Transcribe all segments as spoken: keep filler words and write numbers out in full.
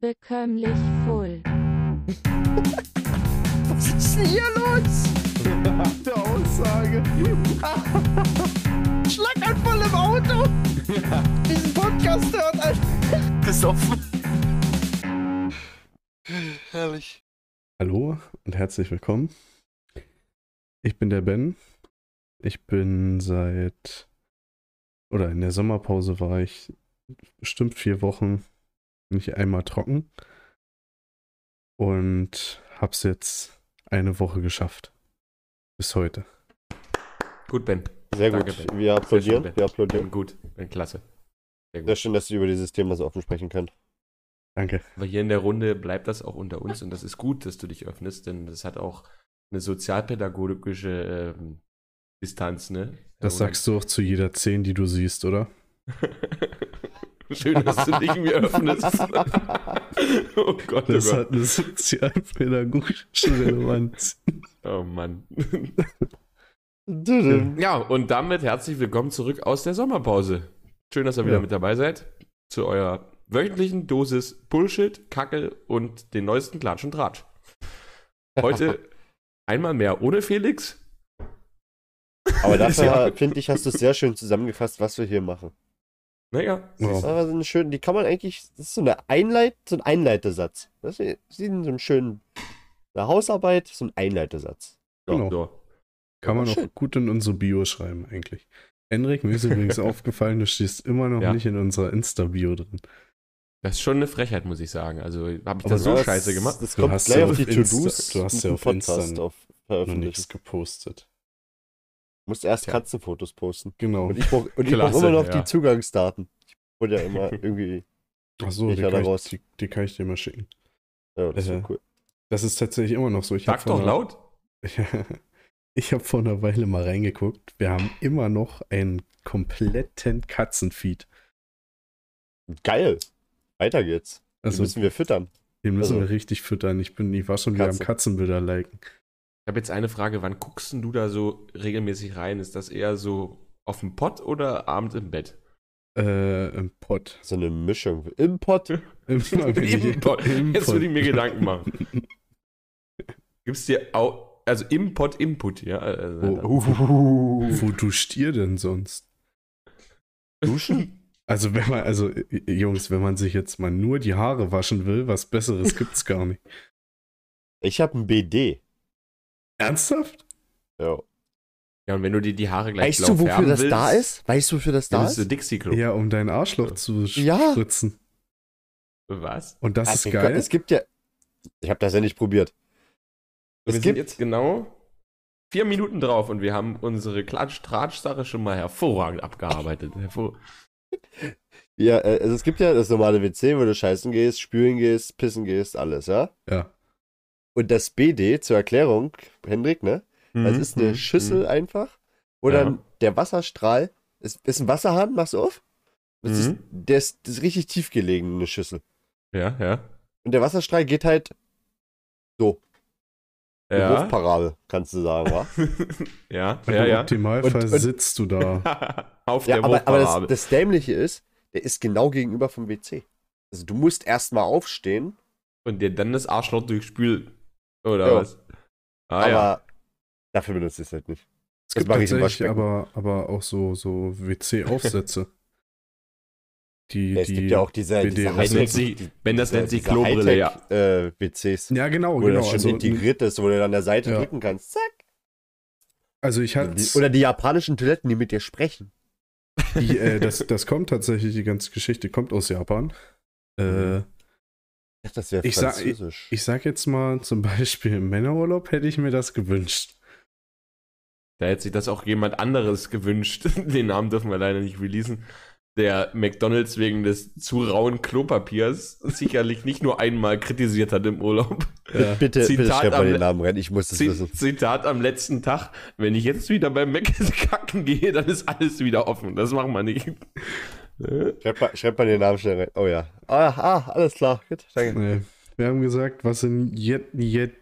Bekömmlich voll. Was ist denn hier los? Harte Aussage. Schlaganfall im Auto. Ja. Diesen Podcast hört einfach besoffen. Herrlich. Hallo und herzlich willkommen. Ich bin der Ben. Ich bin seit, oder in der Sommerpause war ich bestimmt vier Wochen nicht einmal trocken und hab's jetzt eine Woche geschafft. Bis heute. Gut, Ben. Sehr Danke, gut. Ben. Wir applaudieren. Sehr schön, Wir applaudieren. Ben. Gut, Ben, klasse. Sehr gut. Sehr schön, dass Sie über dieses Thema so offen sprechen können. Danke. Aber hier in der Runde bleibt das auch unter uns und das ist gut, dass du dich öffnest, denn das hat auch eine sozialpädagogische ähm, Distanz, ne? Das sagst du auch zu jeder zehn, die du siehst, oder? Schön, dass du dich mir öffnest. Oh Gott, oh Das Gott. hat eine sozialpädagogische Relevanz. Oh Mann. Du, Ja, und damit herzlich willkommen zurück aus der Sommerpause. Schön, dass ihr wieder Ja. mit dabei seid zu eurer wöchentlichen Dosis Bullshit, Kacke und den neuesten Klatsch und Tratsch. Heute einmal mehr ohne Felix. Aber Ja. dafür, finde ich, hast du es sehr schön zusammengefasst, was wir hier machen. Naja, Wow. Das ist aber so eine schöne, die kann man eigentlich, das ist so eine Einleit, so ein Einleitesatz. Das ist so ein schönen, eine Hausarbeit, so ein Einleitesatz. Genau. so. Kann man Schön. auch gut in unsere Bio schreiben, eigentlich. Henrik, mir ist übrigens aufgefallen, du stehst immer noch Ja. nicht in unserer Insta-Bio drin. Das ist schon eine Frechheit, muss ich sagen. Also, habe ich Aber das so das, scheiße gemacht? Das Du kommt hast gleich ja auf die auf Insta- To-Dos. du hast mit ja dem auf Insta Podcast auf noch veröffentlichen. nichts gepostet. Du musst erst Tja. Katzenfotos posten. Genau. Und ich brauche brauch Klasse, immer noch ja. die Zugangsdaten. Ich wurde ja immer irgendwie, Achso, Ich die, hatte kann raus. ich- die, die kann ich dir mal schicken. ja, das ist Äh, so cool. Das ist tatsächlich immer noch so. Ich hab Sag vor doch einer- laut. Ich habe vor einer Weile mal reingeguckt. Wir haben immer noch einen kompletten Katzenfeed. Geil. Weiter geht's. Die Also, müssen wir füttern. den müssen also- wir richtig füttern. Ich bin, ich war schon wieder am Katze. Katzenbilder liken. Ich habe jetzt eine Frage. Wann guckst denn du da so regelmäßig rein? Ist das eher so auf dem Pott oder abends im Bett? Äh, im Pott. So eine Mischung. Im Pott. Im, Im Pott. im Jetzt Pott. würde ich mir Gedanken machen. Gibt's dir auch, also im Pott Input, ja? Also, Oh. Wo duscht ihr denn sonst? Duschen? Also wenn man, also äh, Jungs, wenn man sich jetzt mal nur die Haare waschen will, was Besseres gibt's gar nicht. Ich habe ein B D. Ernsthaft? Ja. Ja, und wenn du dir die Haare gleich Weißt blau du, wofür färben das willst, da ist? Weißt du, wofür das dann da ist ist? es Dixie Klo. Ja, um dein Arschloch zu Ja. spritzen. Was? Und das Also, ist geil. Es gibt ja. Ich habe das ja nicht probiert. Wir Es sind gibt. jetzt genau vier Minuten drauf und wir haben unsere Klatsch-Tratsch-Sache schon mal hervorragend abgearbeitet. Hervor Ja, äh, also es gibt ja das normale W C, wo du scheißen gehst, spülen gehst, pissen gehst, alles, ja? Ja. Und das B D, zur Erklärung, Hendrik, ne? Das ist eine Mhm. Schüssel einfach, wo Ja. dann der Wasserstrahl, ist, ist ein Wasserhahn, machst du auf? Das, ist, Mhm. der ist, das ist richtig tief gelegen, eine Schüssel. Ja, ja. Und der Wasserstrahl geht halt so, eine Ja. Hochparabel, kannst du sagen, wa? ja, Und ja, im ja. Optimalfall Und- und- sitzt du da. Auf Ja, der aber, aber das, Hochparabel. das Dämliche ist, der ist genau gegenüber vom W C. Also du musst erstmal aufstehen, Und dir dann das Arschloch durchspült. Oder Ja. was? Ah, aber ja. dafür benutzt ich es halt nicht. Es Das gibt mache ich im tatsächlich Waschbecken. aber, aber auch so, so W C-Aufsätze. Die, Ja, es die, gibt ja auch diese, B D diese raus- Wenn, Hightech- nennt sie, die- wenn das diese- nennt sie diese Klobrille, ja. Hightech, äh, W Cs, Ja, genau, wo genau. das schon Also, integriert ist, wo du an der Seite Ja. drücken kannst. Zack. also ich hatte Die, oder die japanischen Toiletten, die mit dir sprechen. die, äh, das, das kommt tatsächlich, die ganze Geschichte kommt aus Japan. Äh, Ich dachte, das wäre Ich sag- französisch. ich sag jetzt mal, zum Beispiel im Männerurlaub hätte ich mir das gewünscht. Da hätte sich das auch jemand anderes gewünscht. Den Namen dürfen wir leider nicht releasen. Der McDonalds wegen des zu rauen Klopapiers sicherlich nicht nur einmal kritisiert hat im Urlaub. Ja. bitte, bitte Zitat schreib mal am den Le- Namen rein, ich muss das Z wissen. Zitat am letzten Tag: Wenn ich jetzt wieder beim Mac kacken gehe, dann ist alles wieder offen. Das machen wir nicht. Äh, Schreib mal, schreib mal den Namen schnell rein. Oh ja. Ah, ah alles klar. Gut, danke. Nee. Wir haben gesagt, was in Jet, Jet,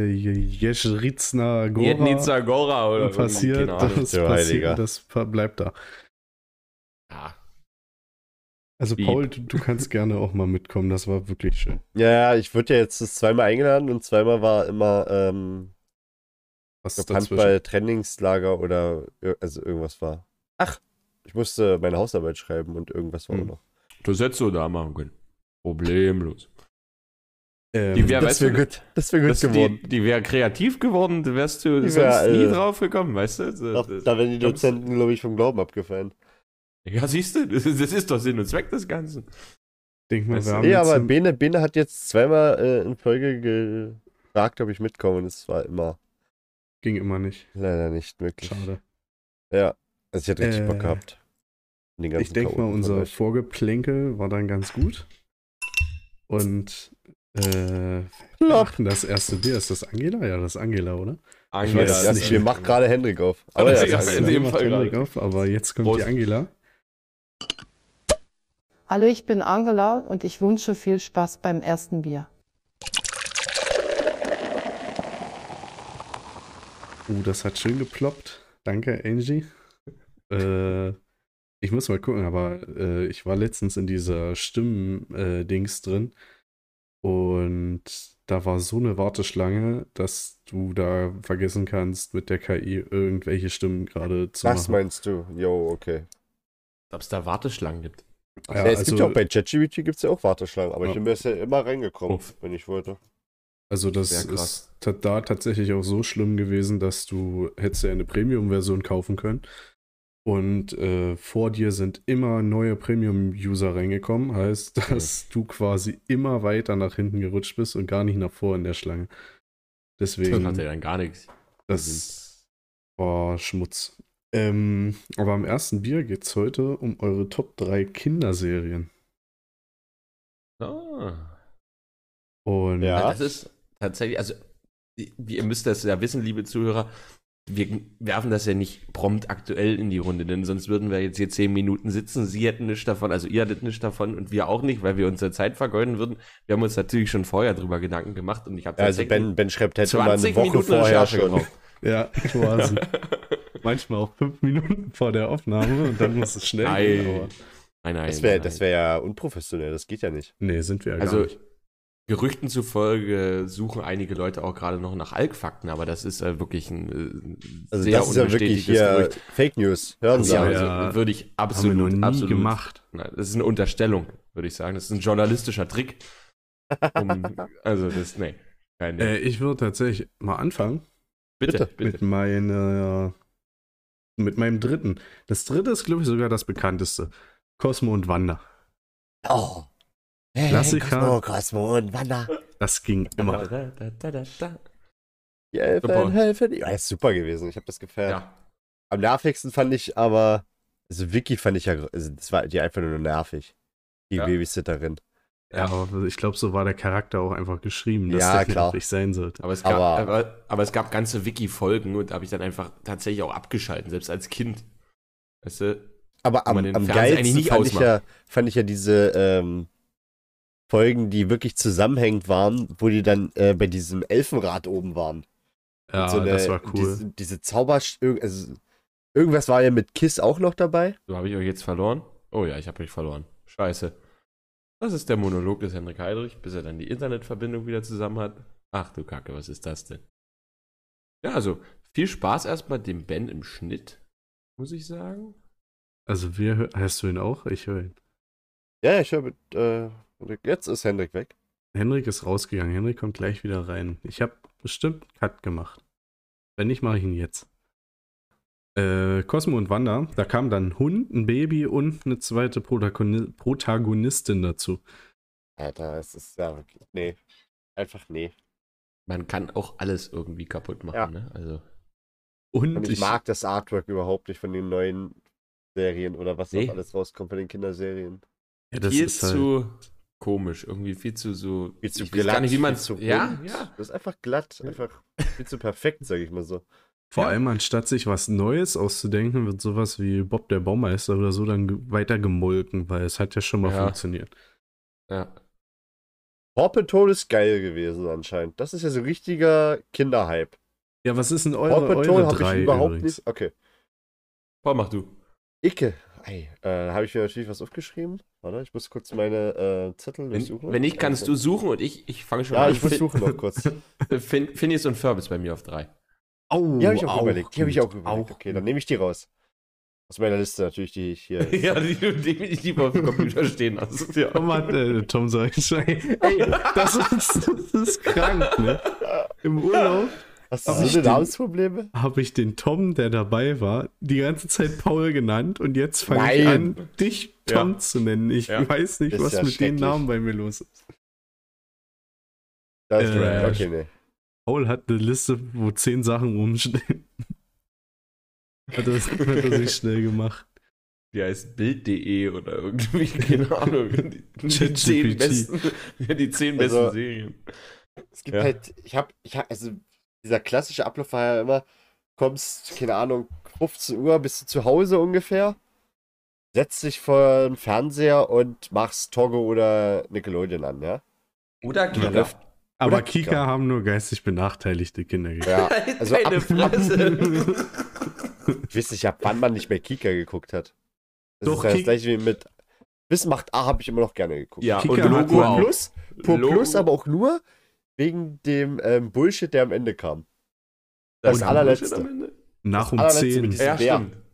Jeschritzna Gora Jednica Gora oder irgendwie, passiert, keine Ahnung. das Du passiert, Heiliger. das bleibt da. Ja. Also Piep. Paul, du, du kannst gerne auch mal mitkommen, das war wirklich schön. Ja, ja, ich wurde ja jetzt das zweimal eingeladen und zweimal war immer ähm, Was ich ist glaub, dazwischen? Handball-Trainingslager oder ir- also irgendwas war. Ach, ich musste meine Hausarbeit schreiben und irgendwas war Hm. auch noch. Das hättest du da machen können. Problemlos. Ähm, Die wär- Das weißt wäre du, gut, das wäre gut Das, geworden. die die wäre kreativ geworden, da wärst du Die sonst wär, nie äh, drauf gekommen, weißt du? So, Da, das- da werden die glaubst- Dozenten, glaube ich, vom Glauben abgefallen. Ja, siehst du, das ist, das ist doch Sinn und Zweck des Ganzen. denk mal, Weißt wir du? haben Nee, jetzt aber im- Bene, Bene hat jetzt zweimal äh, in Folge gefragt, ob ich mitkomme und es war immer ging immer nicht. leider nicht möglich. Schade. Ja, also ich hätte richtig Äh, Bock gehabt. Den ganzen Ich denke mal, Chaoten von unser euch. Vorgeplänkel war dann ganz gut. Und äh, Ja. machen das erste Bier. Ist das Angela? Ja, das ist Angela, oder? Ich weiß weiß es ja, nicht. wir macht gerade Hendrik auf. Aber Ja, ja, ja, das in ist dem macht Fall Henrik gerade. auf, aber jetzt kommt Prost. die Angela. Hallo, ich bin Angela und ich wünsche viel Spaß beim ersten Bier. Uh, das hat schön geploppt. Danke, Angie. äh, ich muss mal gucken, aber äh, ich war letztens in dieser Stimmen-Dings drin und da war so eine Warteschlange, dass du da vergessen kannst, mit der K I irgendwelche Stimmen gerade zu das machen. meinst du? Jo, okay. Ob es da Warteschlangen gibt. Ja, Ja, es also, gibt ja auch bei ChatGPT gibt es ja auch Warteschlangen, aber Ja. ich bin bisher immer reingekommen, Uff. wenn ich wollte. also das Sehr ist krass. ta- da tatsächlich auch so schlimm gewesen, dass du hättest ja eine Premium-Version kaufen können. Und äh, vor dir sind immer neue Premium-User reingekommen. Heißt, dass du quasi immer weiter nach hinten gerutscht bist und gar nicht nach vor in der Schlange. Das Deswegen, hat ja dann gar nichts. das war Schmutz. Ähm, aber am ersten Bier geht es heute um eure Top drei Kinderserien. Ah. Und Ja. Das ist tatsächlich, also wie- ihr müsst das ja wissen, liebe Zuhörer, wir werfen das ja nicht prompt aktuell in die Runde, denn sonst würden wir jetzt hier zehn Minuten sitzen, sie hätten nichts davon, also ihr hättet nichts davon und wir auch nicht, weil wir unsere Zeit vergeuden würden. Wir haben uns natürlich schon vorher drüber Gedanken gemacht und ich habe Also tatsächlich Ben, Ben schreibt, hätte mal eine zwanzig Woche Minuten vorher Recherche schon. gebraucht. ja, quasi. Manchmal auch fünf Minuten vor der Aufnahme und dann muss es schnell gehen. Nein. Aber Nein, nein. Das wäre nein, das wär ja unprofessionell, das geht ja nicht. nee, sind wir ja gar Also nicht. Gerüchten zufolge suchen einige Leute auch gerade noch nach Alk-Fakten, aber das ist äh, wirklich ein äh, Also sehr das ist ja wirklich unbestätigtes hier Gerücht. Fake News. Hören Sie Ja, Ja, also. ja. also würde ich Haben wir absolut, noch nie absolut gemacht. Nein, das ist eine Unterstellung, würde ich sagen. Das ist ein journalistischer Trick. Um, also das, nee, kein Äh, ich würde tatsächlich mal anfangen bitte, bitte. bitte. mit meiner, mit meinem dritten. Das dritte ist, glaube ich, sogar das bekannteste. Cosmo und Wanda. Oh. Hey, Klassiker. Cosmo, Cosmo und Wanda. Das ging immer. Da, da, da, da, da. Die Elfen Super. helfen. Ja, ist super gewesen. Ich habe das gefeiert. Ja, Am nervigsten fand ich aber, also Vicky fand ich ja, also das war die einfach nur nervig. Die Ja. Babysitterin. Ja, aber ich glaube, so war der Charakter auch einfach geschrieben, dass Ja, der klar. nervig sein sollte. aber es gab, Aber- aber, aber es gab ganze Wiki-Folgen und da habe ich dann einfach tatsächlich auch abgeschalten, selbst als Kind. Weißt du? Aber am, man den am Fernseher eigentlich geilsten nicht fand ich, ausmacht. ja, fand ich ja diese ähm, Folgen, die wirklich zusammenhängend waren, wo die dann äh, bei diesem Elfenrad oben waren. Ja, Und so eine- das war cool. Diese, diese Zauber... irg- Also, irgendwas war ja mit Kiss auch noch dabei. So, habe ich euch jetzt verloren? Oh ja, ich habe euch verloren. Scheiße. Das ist der Monolog des Henrik Heidrich, bis er dann die Internetverbindung wieder zusammen hat. Ach du Kacke, was ist das denn? Ja, also viel Spaß erstmal dem Ben im Schnitt, muss ich sagen. Also, wir, hör- hörst du ihn auch? Ich höre ihn. Ja, ich höre mit... Äh, jetzt ist Hendrik weg. Henrik ist rausgegangen. Henrik kommt gleich wieder rein. Ich habe bestimmt einen Cut gemacht. Wenn nicht, mache ich ihn jetzt. Äh, Cosmo und Wanda, da kam dann ein Hund, ein Baby und eine zweite Protagoni Protagonistin dazu. Alter, es ist ja wirklich... Nee. Einfach nee. Man kann auch alles irgendwie kaputt machen, Ja. ne? Also, Und, Und ich, mag das Artwork überhaupt nicht von den neuen Serien oder was Nee. noch alles rauskommt von den Kinderserien. ja, das viel ist halt, zu komisch, irgendwie viel zu so. Viel zu ich weiß gar nicht, wie man viel zu Ja, rund. ja. Das ist einfach glatt, einfach viel zu perfekt, sag ich mal so. vor ja. allem anstatt sich was Neues auszudenken, wird sowas wie Bob der Baumeister oder so dann ge weiter gemolken, weil es hat ja schon mal Ja. funktioniert. Ja. Paw Patrol ist geil gewesen anscheinend. Das ist ja so richtiger Kinderhype. Ja, was ist denn Paw eure, Patrol eure habe drei ich überhaupt übrigens? nicht. Okay. Paul, mach du. Icke. Ey, äh, habe ich mir natürlich was aufgeschrieben. Warte, ich muss kurz meine äh, Zettel Wenn, durchsuchen. wenn nicht, kannst du suchen und ich, ich fange schon Ja, an. ich muss suchen noch kurz. Fin Phineas und Ferb ist bei mir auf drei. Oh, Die habe ich auch, überlegt. Die habe ich auch gut, überlegt. Okay, dann nehme ich die raus. Aus meiner Liste natürlich, die ich hier. Ja, die du definitiv auf dem Computer stehen hast. Ja. Tom, hat, äh, Tom sagt, ey, das ist, das ist krank, ne? Im Urlaub Hast du Hab so ich eine den- Namensprobleme? habe ich den Tom, der dabei war, die ganze Zeit Paul genannt und jetzt fange ich Nein. an, dich Tom Ja. zu nennen. Ich Ja. weiß nicht, Ist was ja mit den schrecklich. Namen bei mir los ist. Das ist Äh, okay, nee. Paul hat eine Liste, wo zehn Sachen rumstehen. Hat er, hat er sich schnell gemacht. Die heißt Bild.de oder irgendwie, keine Ahnung. Die, die ChatGPT. zehn besten, ja, die zehn besten Also- Serien. Es gibt Ja. halt, ich hab, ich hab, also dieser klassische Ablauf war ja immer, kommst, keine Ahnung, fünfzehn Uhr, bist du zu Hause ungefähr, setzt dich vor den Fernseher und machst Togo oder Nickelodeon an, ja? Oder Da Kika. läuft- Aber Oder Kika Kika. haben nur geistig benachteiligte Kinder gekriegt. Ja, also Deine ab, Fresse. ich weiß nicht, ab wann man nicht mehr Kika geguckt hat. Das Doch, ist ja das Kik- gleiche wie mit Bis macht A habe ich immer noch gerne geguckt. Ja, Kika und hat Logo man- auch. Plus, Pur Logo- Plus, aber auch nur wegen dem ähm, Bullshit, der am Ende kam. Das Und allerletzte. Bullshit am Ende? Nach um allerletzte mit zehn, diesem- Ja, Bär. stimmt.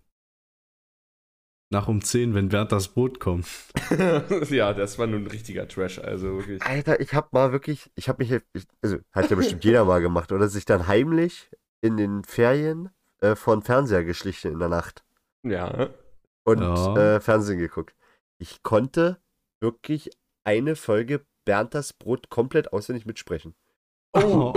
nach um zehn, wenn Bernd das Brot kommt. Ja, das war nun ein richtiger Trash, also wirklich. Alter, ich hab mal wirklich, ich hab mich, ich, also hat ja bestimmt jeder mal gemacht, oder sich dann heimlich in den Ferien äh, von Fernseher geschlichen in der Nacht Ja. und Ja. äh, Fernsehen geguckt. Ich konnte wirklich eine Folge Bernd das Brot komplett auswendig mitsprechen. Oh,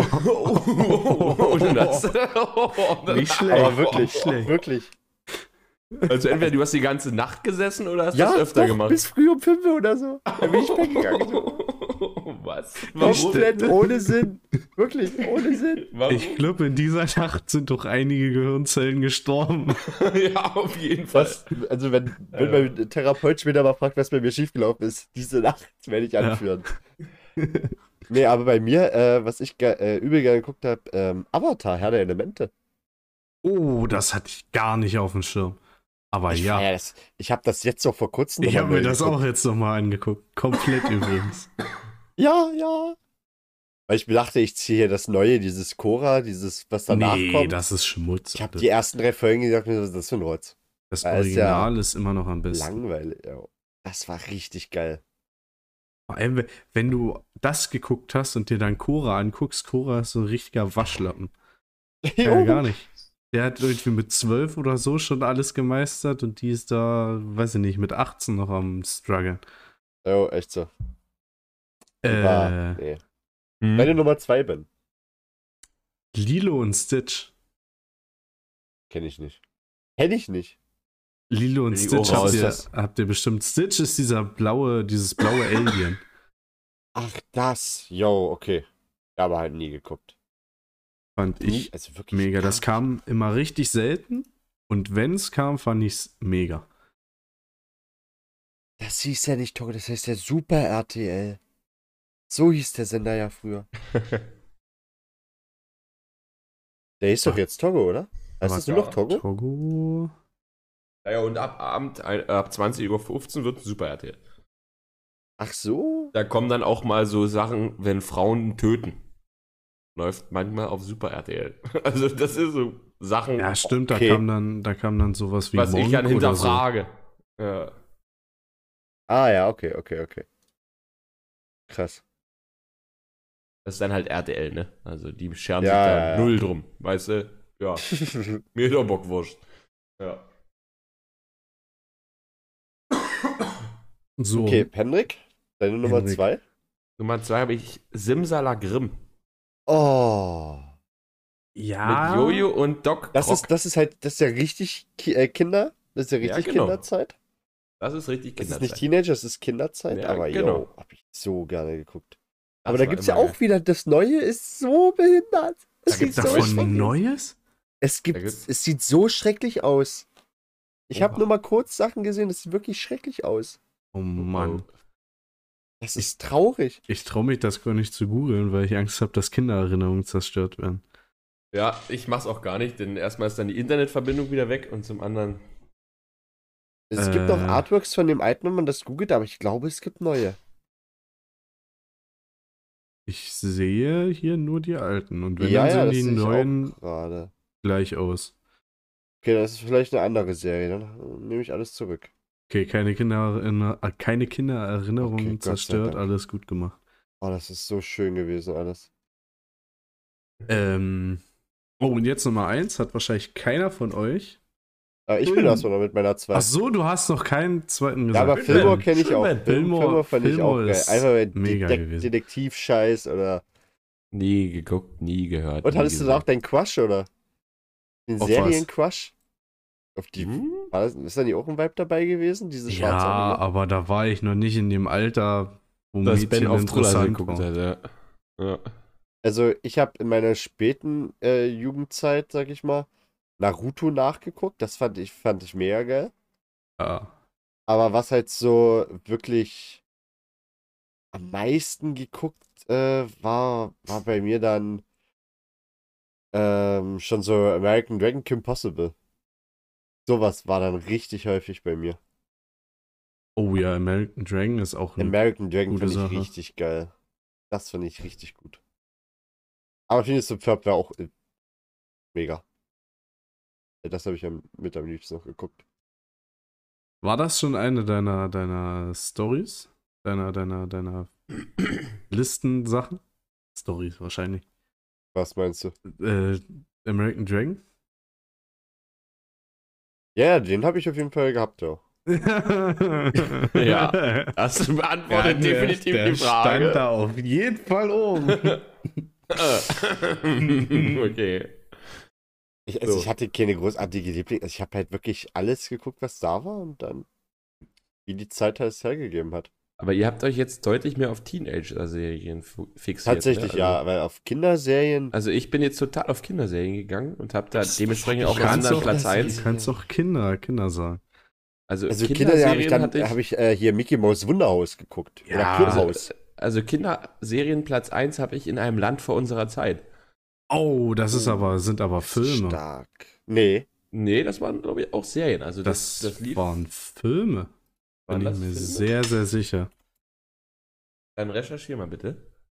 oh, das. Nicht schlecht. Aber wirklich, nicht schlecht. wirklich. Also entweder du hast die ganze Nacht gesessen oder hast Ja, das öfter doch, gemacht. bis früh um fünf oder so. Da bin ich weggegangen. So. Was? Komplett ohne Sinn. Wirklich, ohne Sinn. Warum? Ich glaube, in dieser Nacht sind doch einige Gehirnzellen gestorben. Ja, auf jeden Fall. Was, also wenn, wenn mein Therapeut später mal fragt, was bei mir schiefgelaufen ist, diese Nacht werde ich anführen. Nee, aber bei mir, äh, was ich ge äh, übel gerne geguckt habe, ähm, Avatar, Herr der Elemente. Oh, das hatte ich gar nicht auf dem Schirm. Aber Ich, ja, feier das, ich habe das jetzt noch vor kurzem ich noch habe mal mir das geguckt. auch jetzt nochmal angeguckt. Komplett übrigens. Ja, ja. Weil ich dachte, ich ziehe hier das Neue, dieses Korra, dieses, was danach Nee, kommt. das ist Schmutz. Ich habe Alter. die ersten drei Folgen gesagt, was ist das für ein Rotz? Das da ist ja Original ist immer noch am besten. Langweilig. Ja. Das war richtig geil. Vor allem, wenn- wenn du das geguckt hast und dir dann Cora anguckst, Cora ist so ein richtiger Waschlappen. Ja, gar nicht. Der hat irgendwie mit zwölf oder so schon alles gemeistert und die ist da, weiß ich nicht, mit achtzehn noch am struggeln. Oh, echt so. Äh, War, nee. Hm. Meine Nummer zwei bin. Lilo und Stitch. Kenne ich nicht. Kenne ich nicht. Lilo und Die Stitch Ohrhaus habt ihr, ist das. habt ihr bestimmt. Stitch ist dieser blaue, dieses blaue Alien. Ach, das. Yo, okay. Ja, aber halt nie geguckt. Fand Nie, ich also wirklich mega. gar Das nicht. kam immer richtig selten und wenn es kam, fand ich es mega. Das hieß ja nicht Togo, das heißt ja Super R T L. So hieß der Sender ja früher. Der hieß doch Ach. jetzt Togo, oder? Heißt Aber das nur noch Togo? Togo. Ja, und ab Abend, äh, ab zwanzig Uhr fünfzehn wird ein Super R T L. Ach so? Da kommen dann auch mal so Sachen, wenn Frauen töten. Läuft manchmal auf Super R T L. Also das ist so Sachen, Ja, stimmt, Okay. da kam dann, da kam dann sowas wie was ich Monk dann oder so. hinterfrage. Ja. Ah ja, okay, okay, okay. Krass. Das ist dann halt R T L, ne? Also die scheren Ja, sich da ja, ja. null drum, weißt du? Ja, mir doch Bockwurst. Ja. So, Okay, Henrik, deine Nummer Henrik. zwei? Nummer zwei habe ich Simsalagrim. Oh. ja. Mit Jojo und Doc Das Croc. ist, das ist halt, das ist ja richtig Ki äh, Kinder. Das ist ja Ja, richtig genau. Kinderzeit. Das ist richtig Das ist Kinderzeit. nicht Teenager, das ist Kinderzeit, Ja, aber genau. yo, hab ich so gerne geguckt. Das Aber da war gibt's ja immer auch wieder, das Neue ist so behindert. Es Da gibt's sieht Davon so schrecklich- Neues? Es gibt, Da gibt's- es sieht so schrecklich aus. Ich habe Oha. nur mal kurz Sachen gesehen, das sieht wirklich schrecklich aus. Oh Mann. Das ist traurig. Ich traue mich das gar nicht zu googeln, weil ich Angst habe, dass Kindererinnerungen zerstört werden. Ja, ich mach's auch gar nicht, denn erstmal ist dann die Internetverbindung wieder weg und zum anderen. Es gibt Äh. noch Artworks von dem alten, wenn man das googelt, aber ich glaube, es gibt neue. Ich sehe hier nur die alten. Und wenn ja, dann ja, sehen das die sehe ich neuen auch gerade. gleich aus. Okay, das ist vielleicht eine andere Serie, dann nehme ich alles zurück. Okay, keine, Kinder, äh, keine Kindererinnerungen Okay, Gott sei zerstört, Dank. alles gut gemacht. Oh, das ist so schön gewesen alles. Ähm. Oh, und jetzt Nummer eins hat wahrscheinlich keiner von euch. Aber ich bin Hm. erstmal noch mit meiner zwei. Ach so, du hast noch keinen zweiten Ja, gesagt. aber Fillmore kenne ich auch. Schön, Fillmore- Fillmore fand ich auch Fillmore geil. ist Einfach mit mega Detek gewesen. Detektiv-Scheiß oder. Nie geguckt, nie gehört. Und nie hattest du da gesehen. auch deinen Crush, oder? Den Auf was? Serien-Crush? Auf die. Hm? War das, ist da nicht auch ein Vibe dabei gewesen? Diese Ja, schwarze Anime? aber da war ich noch nicht in dem Alter, wo Das Mädchen Ben auf Triller interessant geguckt war. hat, ja. Ja. Also, ich habe in meiner späten äh, Jugendzeit, sag ich mal, Naruto nachgeguckt. Das fand ich, fand ich mega geil. Ja. Aber was halt so wirklich am meisten geguckt äh, war, war bei mir dann ähm, schon so American Dragon Kim Possible. Sowas war dann richtig häufig bei mir. Oh ja, American Dragon ist auch ein. American Dragon gute fand ich Sache. richtig geil. Das fand ich richtig gut. Aber Phineas und Ferb war auch äh, mega. Das habe ich am, mit am liebsten noch geguckt. War das schon eine deiner, deiner Stories? Deiner, deiner, deiner Listensachen? Stories wahrscheinlich. Was meinst du? Äh, American Dragon? Ja, ja, den habe ich auf jeden Fall gehabt, ja. Ja. Das beantwortet Ja, der- definitiv der die Frage. stand da auf jeden Fall oben. Okay. Ich, also So. ich hatte keine großartige Lieblings... Also ich habe halt wirklich alles geguckt, was da war und dann, wie die Zeit halt es hergegeben hat. Aber ihr habt euch jetzt deutlich mehr auf Teenager-Serien fu- fixiert. Tatsächlich ne? ja, Also, weil auf Kinderserien... also ich bin jetzt total auf Kinderserien gegangen und habe da Das- dementsprechend auch Du einen kannst anderen auch- Platz das- eins. Du kannst doch Kinder, Kinder sagen. Also, Also Kinderserien habe ich dann hatte ich, hab ich äh, hier Mickey Mouse Wunderhaus geguckt. Oder Ja, Clubhaus. also, also Kinderserien Platz eins habe ich in einem Land vor unserer Zeit. Oh, das ist aber, sind aber Das ist Filme. Stark. Nee. Nee, das waren, glaube ich, auch Serien. Also das, Das, das, lief. waren Filme. Waren Bin ich das mir Filme? sehr, sehr sicher. Dann recherchier mal bitte.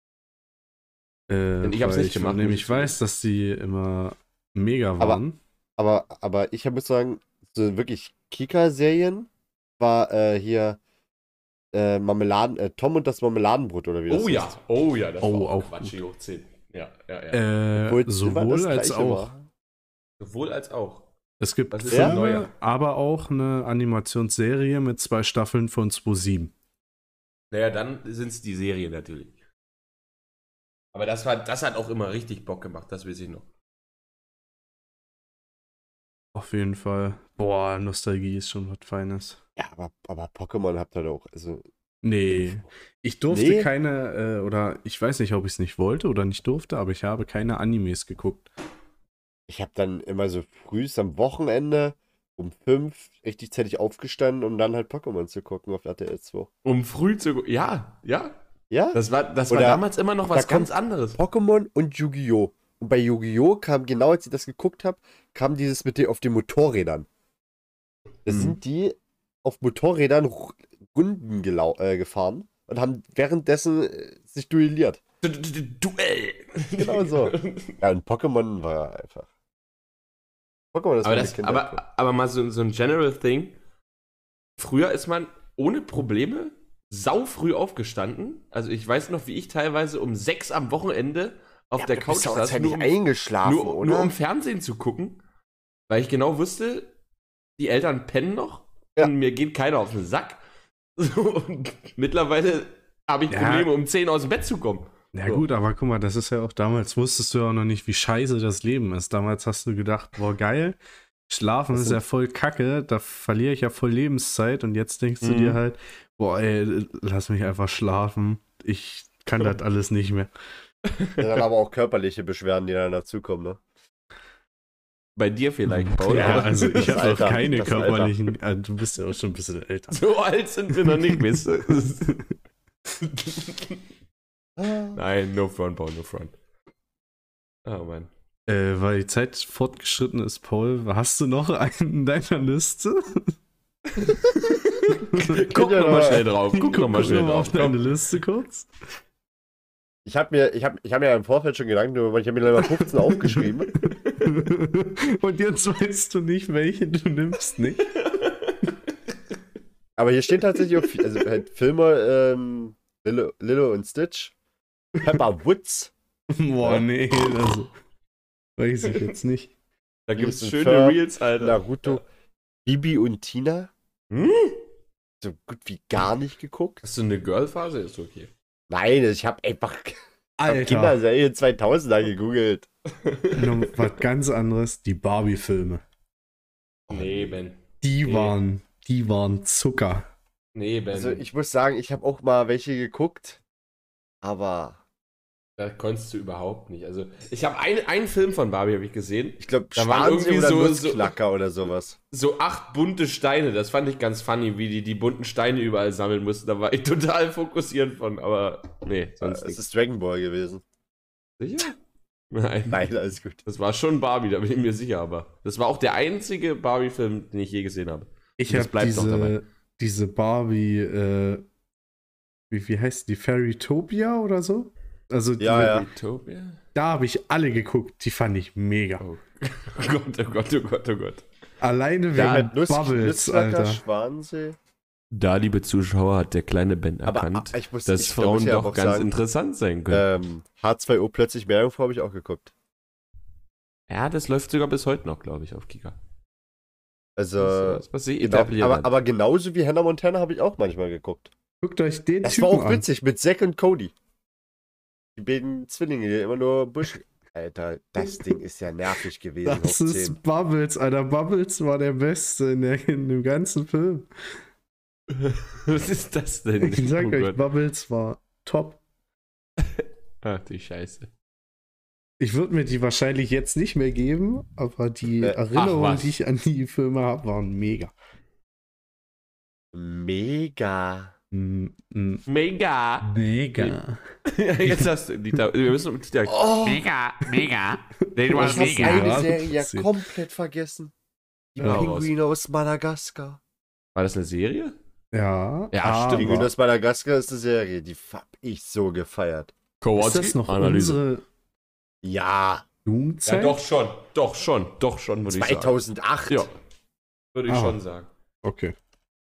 Äh, Denn ich hab's weil nicht gemacht, muss Nämlich ich zugeben. weiß, dass die immer mega Aber- waren. Aber, aber ich muss sagen, so wirklich Kika-Serien war äh, hier äh, Marmeladen, äh, Tom und das Marmeladenbrot oder wie das Oh ja, heißt. oh ja, das Oh, war auch auch Quatsch hoch zehn. Ja, ja, ja. Äh, Obwohl es immer sowohl das als Gleiche auch. war. Sowohl als auch. Es gibt Was ist Filme, denn neuer? aber auch eine Animationsserie mit zwei Staffeln von zwei sieben. Naja, dann sind es die Serien natürlich. Aber das, war, das hat auch immer richtig Bock gemacht, das weiß ich noch. Auf jeden Fall. Boah, Nostalgie ist schon was Feines. Ja, aber, aber Pokémon habt ihr doch. Also, Nee, ich durfte Nee? keine, äh, oder ich weiß nicht, ob ich es nicht wollte oder nicht durfte, aber ich habe keine Animes geguckt. ich habe dann immer so frühst am Wochenende um fünf richtig zeitig aufgestanden, um dann halt Pokémon zu gucken auf R T L zwei. Um früh zu. Ja, ja. Ja? Das war, das war Oder damals immer noch was da kommt ganz anderes. Pokémon und Yu-Gi-Oh! Und bei Yu-Gi-Oh! Kam, genau als ich das geguckt habe, kam dieses mit den, auf den Motorrädern. Da Mhm. sind die auf Motorrädern Ru- Runden gelau äh, gefahren und haben währenddessen äh, sich duelliert. Du- du- du- Duell. Genau so. Ja, und Pokémon war einfach. Pokémon ist aber, meine das, Kindheit. aber, aber mal so, so ein General Thing. Früher ist man ohne Probleme sau früh aufgestanden. Also ich weiß noch, wie ich teilweise um sechs am Wochenende auf Ja, der du Couch bist auch saß, zeitig nur um, eingeschlafen, nur, oder? nur um Fernsehen zu gucken, weil ich genau wusste, die Eltern pennen noch Ja. und mir geht keiner auf den Sack. So, und mittlerweile habe ich Ja. Probleme, um zehn aus dem Bett zu kommen. Ja So. gut, aber guck mal, das ist ja auch, damals wusstest du ja auch noch nicht, wie scheiße das Leben ist. Damals hast du gedacht, boah geil, Schlafen Das ist sind- ja voll kacke, da verliere ich ja voll Lebenszeit und jetzt denkst du Mhm. dir halt, boah ey, lass mich einfach schlafen, ich kann das alles nicht mehr. Ja, dann aber auch körperliche Beschwerden, die dann dazukommen, ne? Bei dir vielleicht, Paul. Ja, aber also ich Das habe auch Alter, keine das Alter. körperlichen, äh, du bist ja auch schon ein bisschen älter. so alt sind wir noch nicht, weißt du? Nein, no front, Paul, no front. Oh Mann. Äh, weil die Zeit fortgeschritten ist, Paul, hast du noch einen in deiner Liste? Guck Ja, nochmal aber- schnell drauf. Guck nochmal schnell noch mal drauf. auf deine Liste kurz. Ich habe mir, ich habe, ich habe mir ja im Vorfeld schon Gedanken darüber, ich habe mir leider fünfzehn aufgeschrieben. Und jetzt weißt du nicht, welche du nimmst, nicht? Aber hier stehen tatsächlich auch viel- also halt Filme, ähm, Lilo, Lilo und Stitch, Pepper Woods, Boah, nee, also. Weiß ich jetzt nicht. Da gibt's Phineas schöne Ferb, Reels, Alter. Naruto, Bibi und Tina. Hm? So gut wie gar nicht geguckt. Hast du eine Girl-Phase? Ist okay. Nein, ich habe einfach ich hab Alter, Kinderserie zweitausender gegoogelt. noch was ganz anderes. Die Barbie-Filme. Nee, Ben. Die Nee. waren, die waren Zucker. Nee, Ben. Also ich muss sagen, ich habe auch mal welche geguckt, aber Da konntest du überhaupt nicht. Also, ich habe ein, einen Film von Barbie habe ich gesehen. ich glaube, Da waren Schwansee irgendwie oder so- Nussknacker oder sowas. So acht bunte Steine. Das fand ich ganz funny, wie die die bunten Steine überall sammeln mussten. Da war ich total fokussiert von. Aber nee, sonst Es nicht. ist Dragon Ball gewesen. Sicher? Nein. Nein, alles gut. Das war schon Barbie, da bin ich mir sicher. Aber das war auch der einzige Barbie-Film, den ich je gesehen habe. Ich Und das habe bleibt noch dabei. diese, diese Barbie, äh, wie, wie heißt die? Fairytopia oder so? Also Ja, die, ja. Utopia? da habe ich alle geguckt. Die fand ich mega. Oh. oh Gott, oh Gott, oh Gott, oh Gott. Alleine wegen Ja, mit Nuss, Bubbles, Nussknacker, Alter. Schwansee. Da, liebe Zuschauer, hat der kleine Ben Aber erkannt, ah, ich muss, dass ich, da muss Frauen ich aber doch auch ganz sagen, interessant sein können. ähm, H zwei O plötzlich Meerjungfrau habe ich auch geguckt. Ja, das läuft sogar bis heute noch, glaube ich, auf Kika. Also, Das was sie genau, etabliert aber, hat. aber genauso wie Hannah Montana habe ich auch manchmal geguckt. Guckt euch den Das Typen war auch an. witzig mit Zack und Cody. Die beiden Zwillinge, die immer nur Busch. Alter, das Ding ist ja nervig gewesen. Das hoch ist zehn. Bubbles, Alter. Bubbles war der Beste in, der, in dem ganzen Film. Was ist das denn? Ich sag Oh euch, Gott. Bubbles war top. Ach, die Scheiße. Ich würde mir die wahrscheinlich jetzt nicht mehr geben, aber die Äh, ach Erinnerungen, was. die ich an die Filme habe, waren mega. Mega. Mm, mm, Mega. Mega. Jetzt hast du, Dieter, wir müssen mit Dieter. Oh, Mega, mega. Nee, du ich warst habe mega. eine Ja, Serie ja passiert. komplett vergessen. Die Ja, Pinguine aus Madagaskar. War das eine Serie? Ja, Ja, aber stimmt. Pinguine aus Madagaskar ist eine Serie, die hab ich so gefeiert. Ist das noch unsere Ja, Ja, Jugendzeit? doch schon. Doch schon. Doch schon, würde ich sagen. zweitausendacht. Ja. Würde ich Ah. schon sagen. Okay.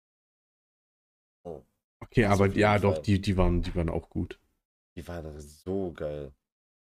Oh. Okay, Das aber auf jeden ja, doch, Fall. die, die, waren, die waren auch gut. Die war doch so geil.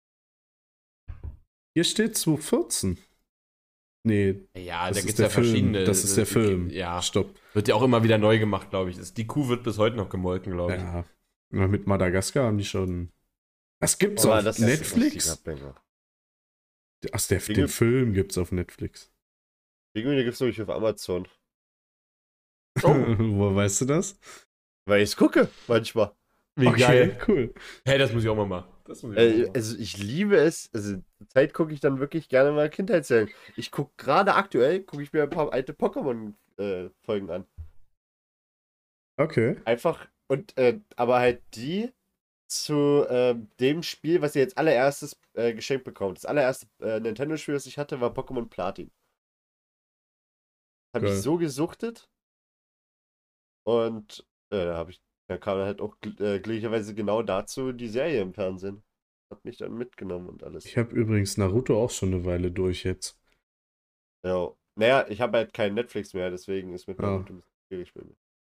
Hier steht zweitausendvierzehn. Nee, Ja, das da ist gibt es der ja Film. verschiedene. Das ist der Film. Ja. Stopp. Wird ja auch immer wieder neu gemacht, glaube ich. Das- Die Kuh wird bis heute noch gemolken, glaube ich. Ja. Aber mit Madagaskar haben die schon. Das gibt's Aber auf das ist ein Netflix? richtiger Banger. Ach, der, Dinge- den Film gibt's auf Netflix. Pinguine gibt es nämlich auf Amazon. Oh. Woher weißt du das? Weil ich es gucke, manchmal. Wie geil. cool. Hey, das muss ich auch mal machen. Das muss ich auch mal Äh, machen. also ich liebe es. Also zur Zeit gucke ich dann wirklich gerne mal Kindheitsserien. Ich gucke gerade aktuell, gucke ich mir ein paar alte Pokémon-Folgen an. Okay. Einfach, und äh, aber halt die zu äh, dem Spiel, was ihr jetzt allererstes äh, geschenkt bekommt. Das allererste äh, Nintendo-Spiel, das ich hatte, war Pokémon Platin. Habe ich Geil. so gesuchtet. Und äh, da habe ich, da kam halt auch gl- äh, glücklicherweise genau dazu die Serie im Fernsehen. Hat mich dann mitgenommen und alles. Ich habe übrigens Naruto auch schon eine Weile durch jetzt. Ja. Naja, ich habe halt kein Netflix mehr, deswegen ist mit Ah. Naruto ein bisschen schwierig bei mir.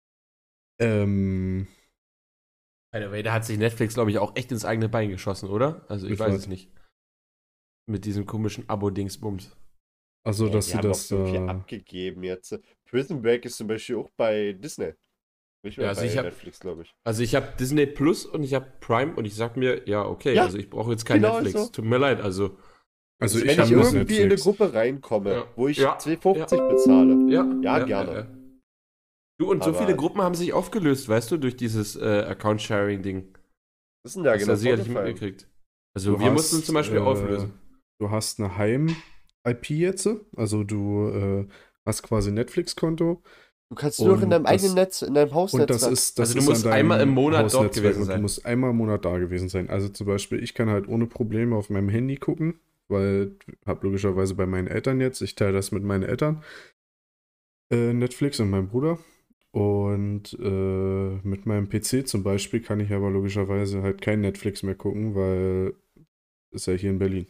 Ähm, By the way, da hat sich Netflix, glaube ich, auch echt ins eigene Bein geschossen, oder? Also ich Ich weiß weiß. es nicht. Mit diesem komischen Abo-Dingsbums. also, Ja, dass die sie haben das. auch so viel Äh, abgegeben jetzt. Prison Break ist zum Beispiel auch bei Disney. Nicht mehr Ja, also bei ich hab- Netflix, glaube ich. Also ich habe Disney Plus und ich habe Prime und ich sag mir, ja, okay, Ja, also ich brauche jetzt kein genau Netflix. so. Tut mir leid, also also, ich Wenn habe ich das irgendwie in eine Netflix. Gruppe reinkomme, Ja. wo ich Ja. zwei fünfzig bezahle. ja. Ja, gerne. Du, und so Aber- viele Gruppen haben sich aufgelöst, weißt du, durch dieses äh, Account-Sharing-Ding. Was ist denn da Hast du genau ja sicherlich vorgefallen? mitgekriegt. Also Du wir hast, mussten zum Beispiel äh, auflösen. Du hast eine Heim-I P jetzt. Also, du äh, hast quasi ein Netflix-Konto. Du kannst nur noch in Und deinem das- eigenen Netz, in deinem Und Hausnetz. das ist, das Also du ist musst an deinem einmal im Monat dort Hausnetzwerk gewesen und sein. Du musst einmal im Monat da gewesen sein. Also zum Beispiel, ich kann halt ohne Probleme auf meinem Handy gucken, weil ich habe logischerweise bei meinen Eltern jetzt, ich teile das mit meinen Eltern. Äh, Netflix und mein Bruder. Und äh, mit meinem P C zum Beispiel kann ich aber logischerweise halt kein Netflix mehr gucken, weil ist ja hier in Berlin.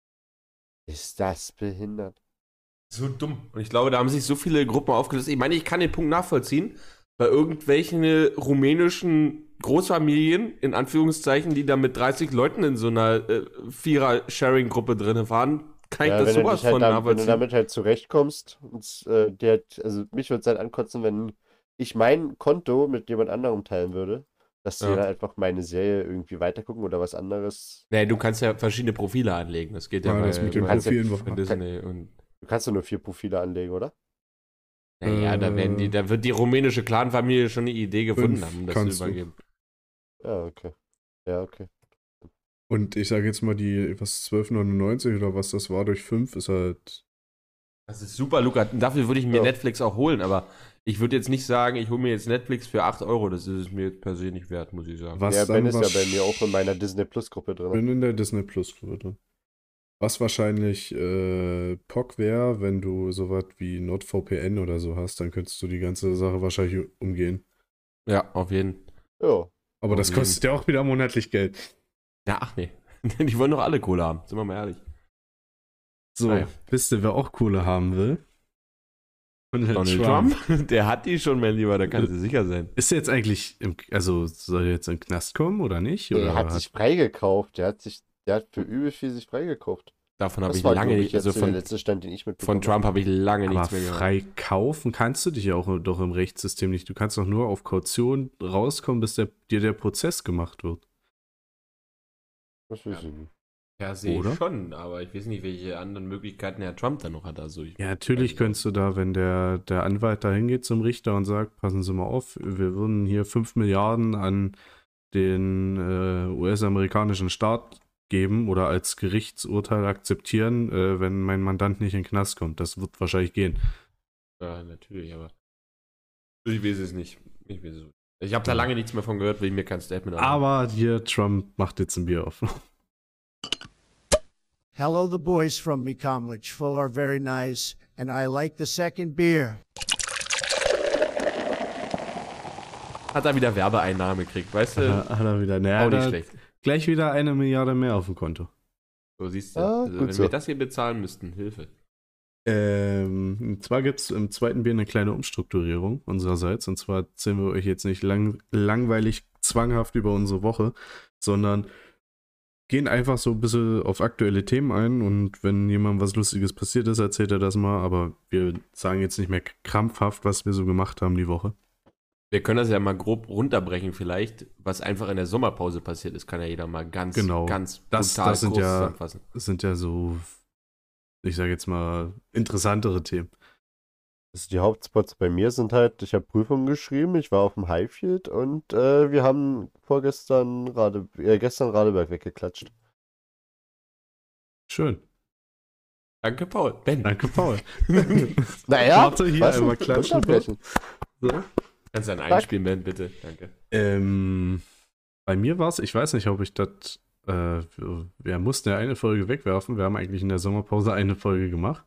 Ist das behindert? So dumm. Und ich glaube, da haben sich so viele Gruppen aufgelöst. Ich meine, ich kann den Punkt nachvollziehen. Bei irgendwelchen rumänischen Großfamilien, in Anführungszeichen, die da mit dreißig Leuten in so einer äh, Vierer-Sharing-Gruppe drin waren, kann ich Ja, das wenn du, sowas dich halt von da, wenn du nachvollziehen. damit halt zurechtkommst, und, äh, der, also mich würde es halt ankotzen, wenn ich mein Konto mit jemand anderem teilen würde, dass die Ja. dann einfach meine Serie irgendwie weitergucken oder was anderes. Nee, du kannst ja verschiedene Profile anlegen. Das geht ja, Ja, bei, das mit den bei kannst ja- Profilen war. bei Disney. Und Du kannst ja nur vier Profile anlegen, oder? naja, da, werden die, da wird die rumänische Clanfamilie schon eine Idee gefunden Fünf haben, um das kannst zu du. übergeben. Ja, okay. Ja, okay. Und ich sage jetzt mal, die, was, zwölf neunundneunzig oder was das war, durch fünf ist halt. Das ist super, Luca. Dafür würde ich mir Ja. Netflix auch holen, aber ich würde jetzt nicht sagen, ich hole mir jetzt Netflix für acht Euro. Das ist es mir jetzt per se nicht wert, muss ich sagen. Was Ja, dann Ben ist ja wasch- bei mir auch in meiner Disney Plus Gruppe drin. bin in der Disney Plus Gruppe drin. Was wahrscheinlich äh, P O C wäre, wenn du sowas wie NordVPN oder so hast, dann könntest du die ganze Sache wahrscheinlich umgehen. Ja, auf jeden. Ja. Aber das Auf jeden. kostet ja auch wieder monatlich Geld. Ja, ach nee. Die wollen doch alle Kohle haben, sind wir mal ehrlich. So, Naja. wisst ihr, wer auch Kohle haben will? Donald Trump, der hat die schon, mein Lieber, da kannst du sicher sein. Ist er jetzt eigentlich, im, also soll er jetzt in den Knast kommen oder nicht? Oder Der hat sich freigekauft. Der hat sich, der hat für übel viel sich freigekauft. Davon habe Das ich war, lange glaub nicht, ich, jetzt also der von, letzte Stand, den ich mitbekommen von Trump habe ich lange aber nichts mehr gehört. frei kaufen kannst du dich ja auch doch im Rechtssystem nicht. Du kannst doch nur auf Kaution rauskommen, bis der, dir der Prozess gemacht wird. habe. Das weiß ich nicht. Ja, sehe Oder? ich schon, aber ich weiß nicht, welche anderen Möglichkeiten Herr Trump da noch hat. Also ich, Ja, natürlich könntest du da, wenn der, der Anwalt da hingeht zum Richter und sagt, passen Sie mal auf, wir würden hier fünf Milliarden an den äh, U S-amerikanischen Staat geben oder als Gerichtsurteil akzeptieren, äh, wenn mein Mandant nicht in den Knast kommt. Das wird wahrscheinlich gehen. Ja, natürlich, aber ich weiß es nicht. Ich weiß es nicht. Ich habe da lange nichts mehr von gehört, will mir kein Statement haben. Aber hier, Trump macht jetzt ein Bier auf. Hello, the boys from Mekomlich. Full are very nice, and I like the second beer. Hat er wieder Werbeeinnahmen gekriegt, weißt du? Hat er wieder, naja, Auch nicht da- schlecht. gleich wieder eine Milliarde mehr auf dem Konto. So siehst du. Ah, also, gut wenn so. wir das hier bezahlen müssten, Hilfe. Ähm, und zwar gibt es im zweiten Bier eine kleine Umstrukturierung unsererseits. Und zwar erzählen wir euch jetzt nicht lang, langweilig, zwanghaft über unsere Woche, sondern gehen einfach so ein bisschen auf aktuelle Themen ein. Und wenn jemandem was Lustiges passiert ist, erzählt er das mal. Aber wir sagen jetzt nicht mehr krampfhaft, was wir so gemacht haben die Woche. Wir können das ja mal grob runterbrechen vielleicht, was einfach in der Sommerpause passiert ist, kann ja jeder mal ganz, Genau. ganz Das- brutal das sind kurz ja- zusammenfassen. Das sind ja so, ich sage jetzt mal, interessantere Themen. Also die Hauptspots bei mir sind halt, ich habe Prüfungen geschrieben, ich war auf dem Highfield und äh, wir haben vorgestern Rade, äh, gestern Radeberg weggeklatscht. Schön. Danke, Paul. Ben, Danke, Paul. Naja, Warte, hier was? einmal klatschen. Unterbrechen. So. kannst du dann Danke. einspielen, Ben, bitte. Danke. Ähm, bei mir war es, ich weiß nicht, ob ich das, äh, wir, wir mussten ja eine Folge wegwerfen. Wir haben eigentlich in der Sommerpause eine Folge gemacht.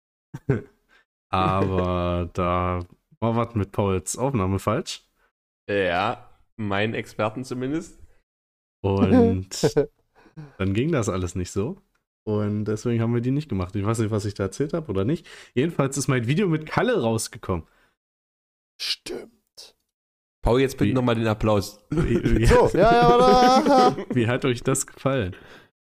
Aber da war was mit Pauls Aufnahme falsch. Ja, mein Experten zumindest. Und dann ging das alles nicht so. Und deswegen haben wir die nicht gemacht. Ich weiß nicht, was ich da erzählt habe oder nicht. Jedenfalls ist mein Video mit Kalle rausgekommen. Stimmt. Paul, jetzt bitte Wie- nochmal den Applaus. Wie, wie, So, ja, ja, oder? wie hat euch das gefallen?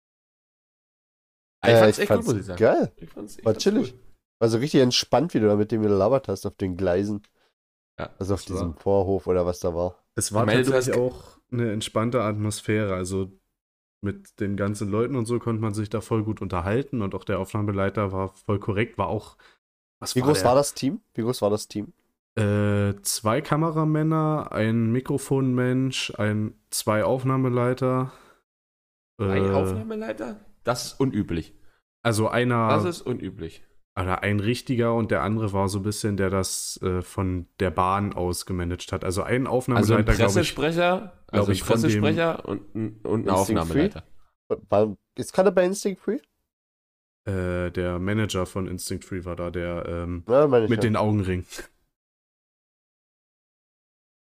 Ich Äh, fand's ich echt fand's gut, muss ich sagen. geil. Ich fand's echt War ganz chillig. cool. Also richtig entspannt, wie du da mit dem gelabert hast auf den Gleisen. Ja, Also auf das war- diesem Vorhof oder was da war. Es war Ich meine, du tatsächlich hast- auch eine entspannte Atmosphäre. Also mit den ganzen Leuten und so konnte man sich da voll gut unterhalten und auch der Aufnahmeleiter war voll korrekt, war auch. Was Wie groß der? war das Team? Wie groß war das Team? Äh, zwei Kameramänner, ein Mikrofonmensch, ein, zwei Aufnahmeleiter. Ein Äh, Aufnahmeleiter? Das ist unüblich. Also einer, Das ist unüblich. oder ein richtiger und der andere war so ein bisschen, der das äh, von der Bahn aus gemanagt hat. Also ein Also ein Aufnahmeleiter, glaube ich. Pressesprecher, also ein ich, von dem- Pressesprecher und ein, und ein Instinct Aufnahmeleiter. War, ist gerade bei Instinct Free? Äh, der Manager von Instinct Free war da, der ähm, Ja, meine ich mit ja. den Augenringen.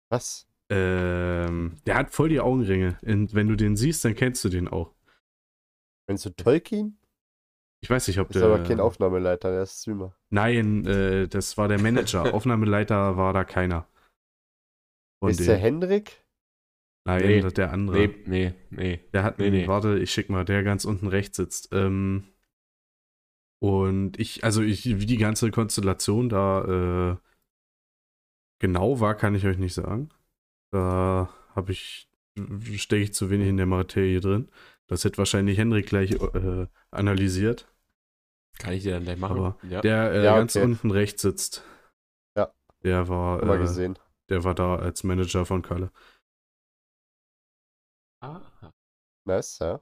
Was? Ähm, der hat voll die Augenringe. Und wenn du den siehst, dann kennst du den auch. Meinst du Tolkien? Ich weiß nicht, ob Das ist der... aber kein Aufnahmeleiter, der ist Streamer. Nein, äh, das war der Manager. Aufnahmeleiter war da keiner. Von Ist denen. der Hendrik? Nein, Nee. das der andere. Nee, nee, nee. Der hat, Nee, nee. warte, ich schick mal, der ganz unten rechts sitzt. Ähm, und ich, also ich, wie die ganze Konstellation da äh, genau war, kann ich euch nicht sagen. Da habe ich, stecke ich zu wenig in der Materie drin. Das hätte wahrscheinlich Henrik gleich äh, analysiert. Kann ich dir dann gleich machen? Aber ja. der äh, Ja, ganz okay. unten rechts sitzt. Ja. Der war, Hab mal äh, gesehen. der war da als Manager von Kalle. Ah. Nice, ja.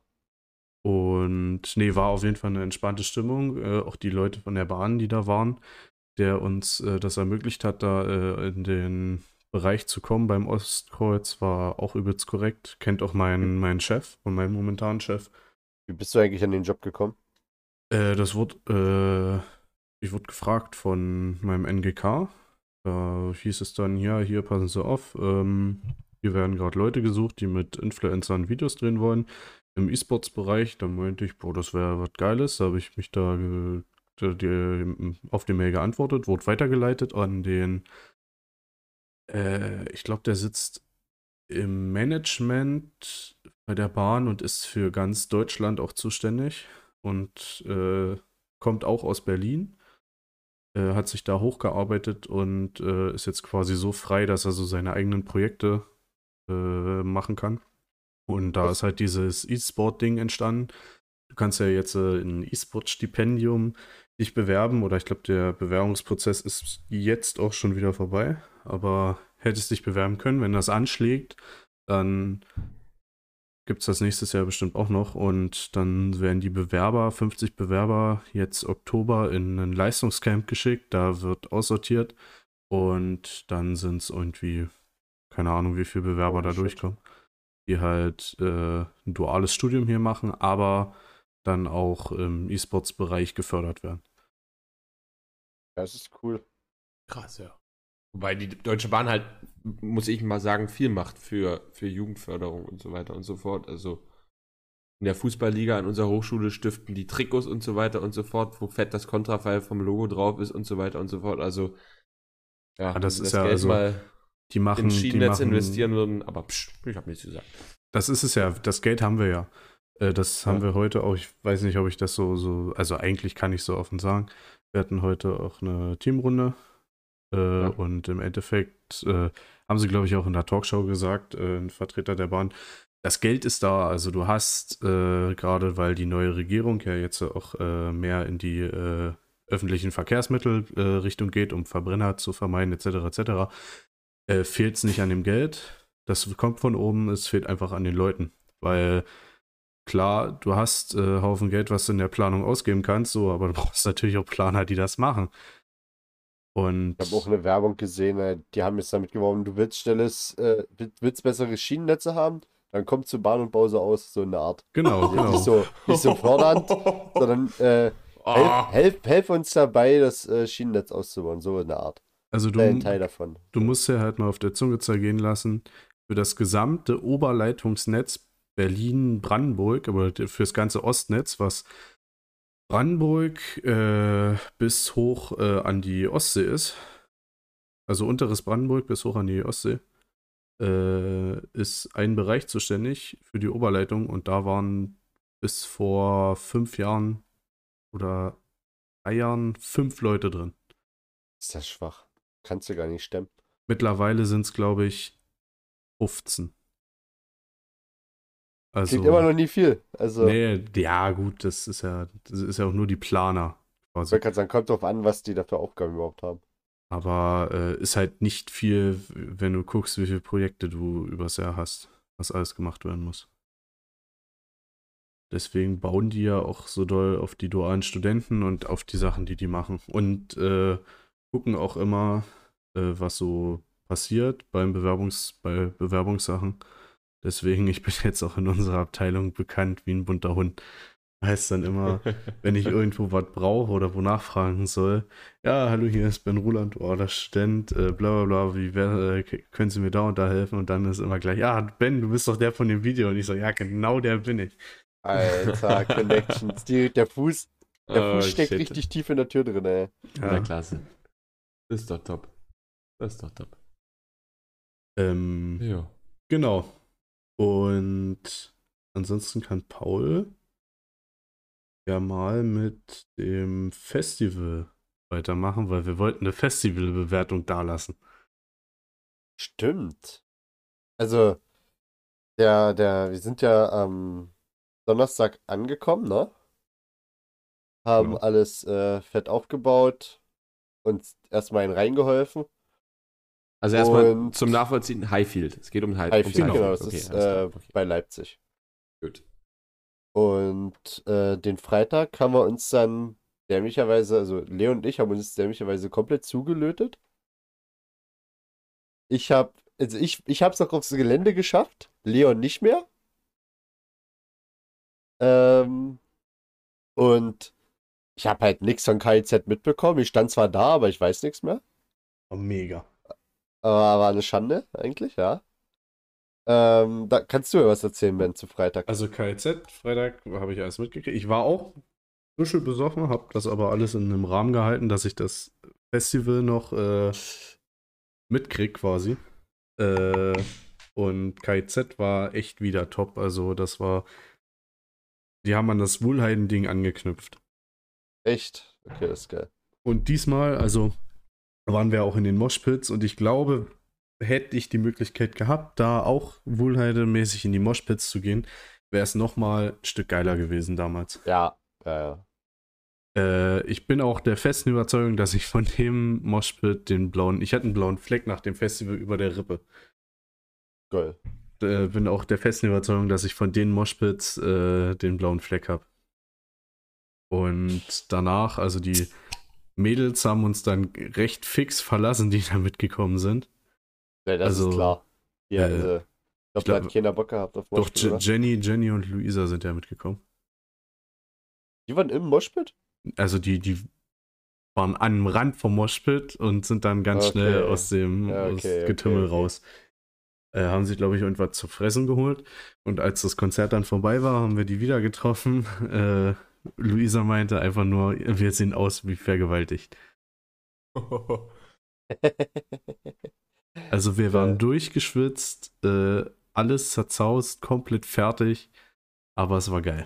Und nee, war auf jeden Fall eine entspannte Stimmung. Äh, auch die Leute von der Bahn, die da waren, der uns äh, das ermöglicht hat, da äh, in den Bereich zu kommen beim Ostkreuz, war auch übelst korrekt. Kennt auch meinen meinen Chef und meinen momentanen Chef. Wie bist du eigentlich an den Job gekommen? Äh, das wurde, äh, ich wurde gefragt von meinem N G K. Da hieß es dann, ja, hier passen Sie auf, ähm, hier werden gerade Leute gesucht, die mit Influencern Videos drehen wollen. Im E-Sports-Bereich, da meinte ich, boah, das wäre was Geiles. Da habe ich mich da ge- die, die, auf die Mail geantwortet, wurde weitergeleitet an den, äh, ich glaube, der sitzt im Management bei der Bahn und ist für ganz Deutschland auch zuständig und äh, kommt auch aus Berlin. Äh, hat sich da hochgearbeitet und äh, ist jetzt quasi so frei, dass er so seine eigenen Projekte äh, machen kann. Und da Was? ist halt dieses E-Sport-Ding entstanden. Du kannst ja jetzt äh, ein E-Sport-Stipendium dich bewerben oder ich glaube, der Bewerbungsprozess ist jetzt auch schon wieder vorbei. Aber hättest dich bewerben können, wenn das anschlägt, dann gibt es das nächstes Jahr bestimmt auch noch und dann werden die Bewerber, fünfzig Bewerber, jetzt Oktober in ein Leistungscamp geschickt, da wird aussortiert und dann sind es irgendwie, keine Ahnung, wie viele Bewerber Oh, da shit. durchkommen, die halt äh, ein duales Studium hier machen, aber dann auch im E-Sports-Bereich gefördert werden. Das ist cool. Krass, ja. Wobei die Deutsche Bahn halt, muss ich mal sagen, viel macht für, für Jugendförderung und so weiter und so fort. Also in der Fußballliga an unserer Hochschule stiften die Trikots und so weiter und so fort, wo fett das Kontrafei vom Logo drauf ist und so weiter und so fort. Also ja, Ah, das wenn ist das ja Geld also- mal Die machen, in die Schienennetz machen, investieren würden, aber psch, ich habe nichts gesagt. Das ist es ja, das Geld haben wir ja. Äh, Das haben Ja. wir heute auch, ich weiß nicht, ob ich das so, so, also eigentlich kann ich so offen sagen. Wir hatten heute auch eine Teamrunde äh, Ja. und im Endeffekt äh, haben sie, glaube ich, auch in der Talkshow gesagt, äh, ein Vertreter der Bahn, das Geld ist da, also du hast, äh, gerade weil die neue Regierung ja jetzt auch äh, mehr in die äh, öffentlichen Verkehrsmittel äh, Richtung geht, um Verbrenner zu vermeiden, et cetera et cetera, äh, fehlt es nicht an dem Geld. Das kommt von oben, es fehlt einfach an den Leuten. Weil klar, du hast äh, Haufen Geld, was du in der Planung ausgeben kannst, so, aber du brauchst natürlich auch Planer, die das machen. Und Ich habe auch eine Werbung gesehen, äh, die haben jetzt damit geworben, du willst schnelles, äh, willst, willst bessere Schienennetze haben, dann komm zur Bahn und bau so aus, so eine Art. genau, Also genau. Nicht so, nicht so fordernd, sondern äh, helf, Ah, helf, helf uns dabei, das äh, Schienennetz auszubauen, so eine Art. Also Sei ein du, Teil davon. du musst ja halt mal auf der Zunge zergehen lassen, für das gesamte Oberleitungsnetz Berlin-Brandenburg, aber fürs ganze Ostnetz, was Brandenburg äh, bis hoch äh, an die Ostsee ist, also unteres Brandenburg bis hoch an die Ostsee, äh, ist ein Bereich zuständig für die Oberleitung und da waren bis vor fünf Jahren oder drei Jahren fünf Leute drin. Ist das schwach? Kannst du gar nicht stemmen. Mittlerweile sind es, glaube ich, fünfzehn. Also, Klingt immer noch nie viel. Also, nee, ja gut, das ist ja, das ist ja auch nur die Planer. ich quasi. wollte gerade sagen, kommt drauf an, was die da für Aufgaben überhaupt haben. Aber äh, ist halt nicht viel, wenn du guckst, wie viele Projekte du übers Jahr hast, was alles gemacht werden muss. Deswegen bauen die ja auch so doll auf die dualen Studenten und auf die Sachen, die die machen. Und äh, gucken auch immer, äh, was so passiert beim Bewerbungs, bei Bewerbungssachen. Deswegen, ich bin jetzt auch in unserer Abteilung bekannt wie ein bunter Hund. heißt dann immer, wenn ich irgendwo was brauche oder wo nachfragen soll, ja, hallo, hier ist Ben Ruland, oh, das Student, äh, bla bla bla, wie wär, äh, können Sie mir da und da helfen? Und dann ist immer gleich, ja, Ben, du bist doch der von dem Video. Und ich so, ja, genau der bin ich. Alter, Connections. Die, der Fuß, der Oh, Fuß steckt shit. richtig tief in der Tür drin, ey. Ja, Ja, klasse. Das ist doch top. Das ist doch top. ähm, Ja. genau. Und ansonsten kann Paul ja mal mit dem Festival weitermachen, weil wir wollten eine Festivalbewertung dalassen. Stimmt. Also, der, der, wir sind ja am Donnerstag angekommen, ne? Haben Genau. alles äh, fett aufgebaut, uns erstmal einen reingeholfen. Also erstmal Und- zum Nachvollziehen, Highfield. Es geht um High- Highfield, ums genau, das Okay, ist alles klar. äh, Okay, bei Leipzig. gut. Und äh, den Freitag haben wir uns dann dämlicherweise, also Leo und ich haben uns dämlicherweise komplett zugelötet. Ich habe, also ich, ich habe es noch aufs Gelände geschafft, Leon nicht mehr. Ähm, und ich habe halt nichts von K I Z mitbekommen. Ich stand zwar da, aber ich weiß nichts mehr. Oh, mega. Aber war eine Schande, eigentlich, ja. Ähm, da kannst du mir was erzählen, Ben, zu Freitag. Also K I Z, Freitag habe ich alles mitgekriegt. Ich war auch ein bisschen besoffen, habe das aber alles in einem Rahmen gehalten, dass ich das Festival noch äh, mitkrieg quasi. Äh, und K I Z war echt wieder top. Also das war, die haben an das Wohlheiden-Ding angeknüpft. Echt? Okay, das ist geil. Und diesmal, also waren wir auch in den Moshpits und ich glaube, hätte ich die Möglichkeit gehabt, da auch wohlheidemäßig in die Moshpits zu gehen, wäre es nochmal ein Stück geiler gewesen damals. Ja, ja, ja. Äh, ich bin auch der festen Überzeugung, dass ich von dem Moshpit den blauen, ich hatte einen blauen Fleck nach dem Festival über der Rippe. Geil. Äh, bin auch der festen Überzeugung, dass ich von den Moshpits äh, den blauen Fleck habe. Und danach, also die Mädels haben uns dann recht fix verlassen, die da mitgekommen sind. Ja, das Also, ist klar. Ja, äh, also, ich glaube, da glaub- hat keiner Bock gehabt auf Doch, Moshpit, Je- oder? Jenny, Jenny und Luisa sind ja mitgekommen. Die waren im Moshpit? Also die, die waren am Rand vom Moshpit und sind dann ganz Okay. schnell aus dem Ja, okay, aus okay, Getümmel okay. raus. Äh, haben sich, glaube ich, irgendwas zu fressen geholt. Und als das Konzert dann vorbei war, haben wir die wieder getroffen. Äh, Luisa meinte einfach nur, wir sehen aus wie vergewaltigt. Also wir waren Geil. durchgeschwitzt, äh, alles zerzaust, komplett fertig, aber es war geil.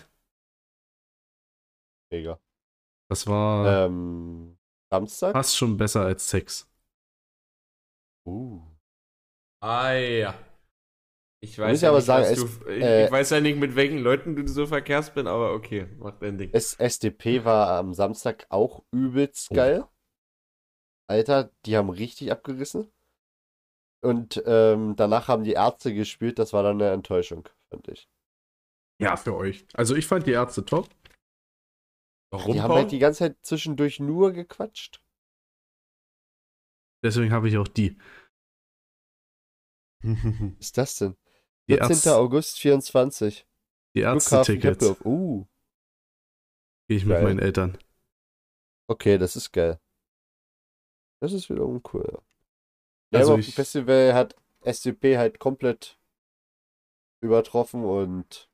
Mega. Das war Ähm, Samstag? fast schon besser als Sex. Uh. Ah ja. Ich weiß muss ja aber nicht, sagen, was es- du, ich, äh, ich weiß ja nicht, mit welchen Leuten du so verkehrst bin, aber okay, mach dein Ding. S SDP war am Samstag auch übelst Oh. geil. Alter, die haben richtig abgerissen. Und ähm, danach haben die Ärzte gespielt, das war dann eine Enttäuschung, fand ich. Ja, für euch. Also ich fand die Ärzte top. Warum, Die haben Paul? halt die ganze Zeit zwischendurch nur gequatscht. Deswegen habe ich auch die. Was ist das denn? Die vierzehnten Ärzte- August vierundzwanzig. Die Flughafen Ärzte-Tickets Tempelhof. Uh, gehe ich mit Geil. meinen Eltern. okay, das ist geil. Das ist wiederum cool, ja. Ja, Also aber auf dem ich- Festival hat S C P halt komplett übertroffen und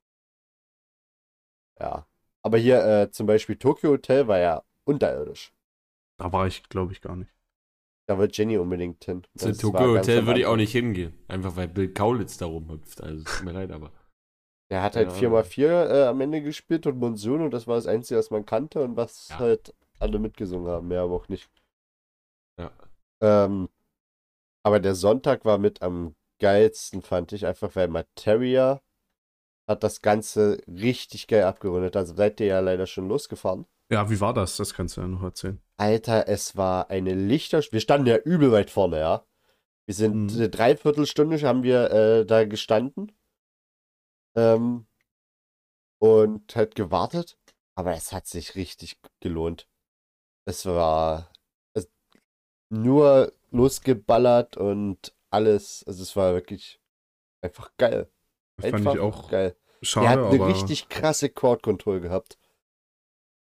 ja. Aber hier äh, zum Beispiel Tokyo Hotel war ja unterirdisch. Da war ich, glaube ich, gar nicht. Da wird Jenny unbedingt hin. Zu Das Tokyo war ganz Hotel am würde ich auch Anfang. nicht hingehen. Einfach weil Bill Kaulitz da rumhüpft. Also, es tut mir leid, aber. Der hat halt Ja. vier mal vier äh, am Ende gespielt und Monsun und das war das Einzige, was man kannte und was Ja. halt alle mitgesungen haben. Mehr aber auch nicht. Ja. Ähm, aber der Sonntag war mit am geilsten, fand ich, einfach weil Materia hat das Ganze richtig geil abgerundet. Also seid ihr ja leider schon losgefahren. Ja, wie war das? Das kannst du ja noch erzählen. Alter, es war eine Lichter... Wir standen ja übel weit vorne, ja. Wir sind Mhm. eine Dreiviertelstunde haben wir äh, da gestanden. Ähm, und halt gewartet. Aber es hat sich richtig gelohnt. Es war es, nur losgeballert und alles. Also es war wirklich einfach geil. Das fand Einfach ich auch geil. Der schade, hat eine aber richtig krasse Chord-Control gehabt.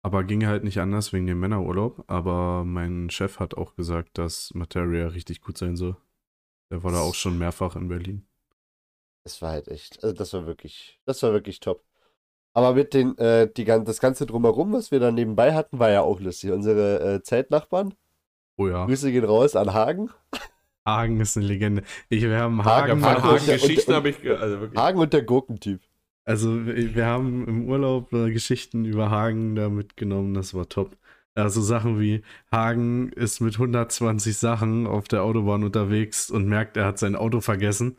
Aber ging halt nicht anders wegen dem Männerurlaub. Aber mein Chef hat auch gesagt, dass Materia richtig gut sein soll. Der war da auch schon mehrfach in Berlin. Das war halt echt, also das war wirklich, das war wirklich top. Aber mit den, äh, die, gan- das Ganze drumherum, was wir dann nebenbei hatten, war ja auch lustig. Unsere äh, Zeltnachbarn, Oh ja. Grüße gehen raus an Hagen. Hagen ist eine Legende. Ich, wir haben Hagen- Hagen, Von Hagen- Hagen und der- Geschichten und- habe ich, ge- also wirklich. Hagen und der Gurkentyp. also wir wir haben im Urlaub äh, Geschichten über Hagen da mitgenommen, das war top. Also Sachen wie, Hagen ist mit hundertzwanzig Sachen auf der Autobahn unterwegs und merkt, er hat sein Auto vergessen.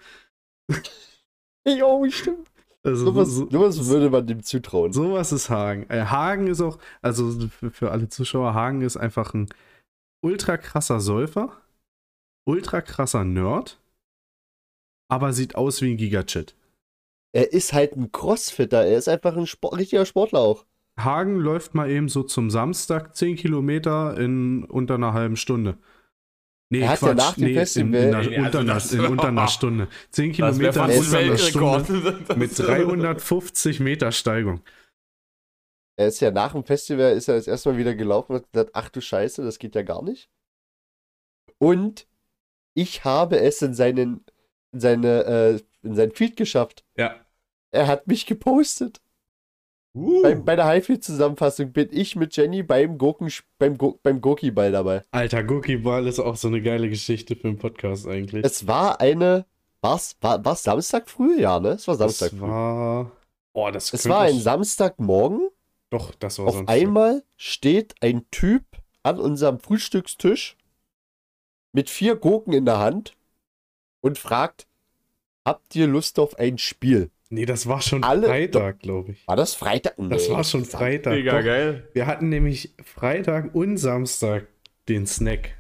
Jo, stimmt. Also Sowas, so, sowas würde man dem zutrauen. sowas ist Hagen. Äh, Hagen ist auch, also für, für alle Zuschauer, Hagen ist einfach ein ultra krasser Säufer, ultra krasser Nerd, aber sieht aus wie ein Gigachit. Er ist halt ein Crossfitter, er ist einfach ein Sport, richtiger Sportler auch. Hagen läuft mal eben so zum Samstag zehn Kilometer in unter einer halben Stunde. Nee, Er hat ja nach dem nee, Festival- in, in, einer, Nee, also unter, einer, das- in unter einer Stunde. zehn Das wäre Kilometer in fast unter ein einer Weltrekord. Stunde mit dreihundertfünfzig Meter Steigung. Er ist ja nach dem Festival, ist er das erste Mal wieder gelaufen und hat gesagt, ach du Scheiße, das geht ja gar nicht. Und ich habe es in seinen, in seine, äh, in sein Feed geschafft. Ja. Er hat mich gepostet. Uh. Bei, bei der Highfield-Zusammenfassung bin ich mit Jenny beim Gurken, beim, Gu- beim Gurki-Ball dabei. Alter, Gurki-Ball ist auch so eine geile Geschichte für einen Podcast eigentlich. Es war eine, war's, war es Samstag früh? Ja, ne? Es war Samstag Das früh. war. Oh, das Es könnte war ein ich- Samstagmorgen. Doch, das war Auf Samstag. einmal steht ein Typ an unserem Frühstückstisch mit vier Gurken in der Hand und fragt, habt ihr Lust auf ein Spiel? Nee, das war schon Alle- Freitag, glaube ich. War das Freitag? Das Nee, war schon Sam- Freitag. Mega Doch. geil. Wir hatten nämlich Freitag und Samstag den Snack.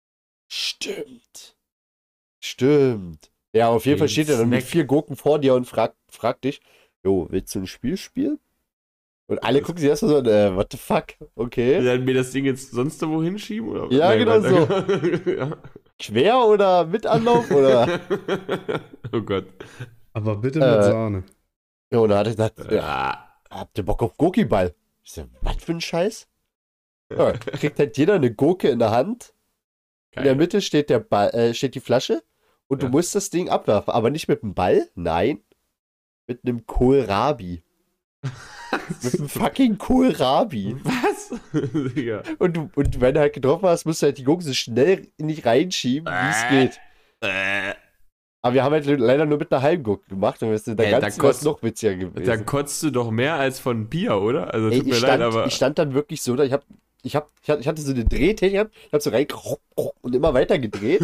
Stimmt. Stimmt. Ja, auf jeden Den Fall steht er dann mit Snack. vier Gurken vor dir und fragt, fragt dich, jo, willst du ein Spiel spielen? Und alle gucken sich erstmal so an, äh, what the fuck? Okay. Werden wir das Ding jetzt sonst wo hinschieben? Oder? Ja, genau so. ja. Quer oder mit Anlauf oder? Oh Gott. Aber bitte mit Äh, Sahne. Ja, und da hat er gesagt, ja, Ja. habt ihr Bock auf Gurkiball? Ich so, was für ein Scheiß? Ja, kriegt halt jeder eine Gurke in der Hand. In der Mitte steht, der Ball, äh, steht die Flasche und Ja. du musst das Ding abwerfen. Aber nicht mit einem Ball, nein, mit einem Kohlrabi. Mit einem fucking Kohlrabi. Was? Digga. Und, du, und wenn du halt getroffen hast, musst du halt die Gurke so schnell in dich reinschieben, wie es geht. Äh, Aber wir haben halt leider nur mit einer halben Gurke gemacht und wir der Ey, da ganze wäre es kotzt- noch witziger gewesen. Dann kotzt du doch mehr als von Bier, oder? Also Ey, tut mir ich, leid, stand, aber. ich stand dann wirklich so da, ich hab, ich hab, ich hab- ich hatte so eine Drehtechnik gehabt, ich hab so rein und immer weiter gedreht.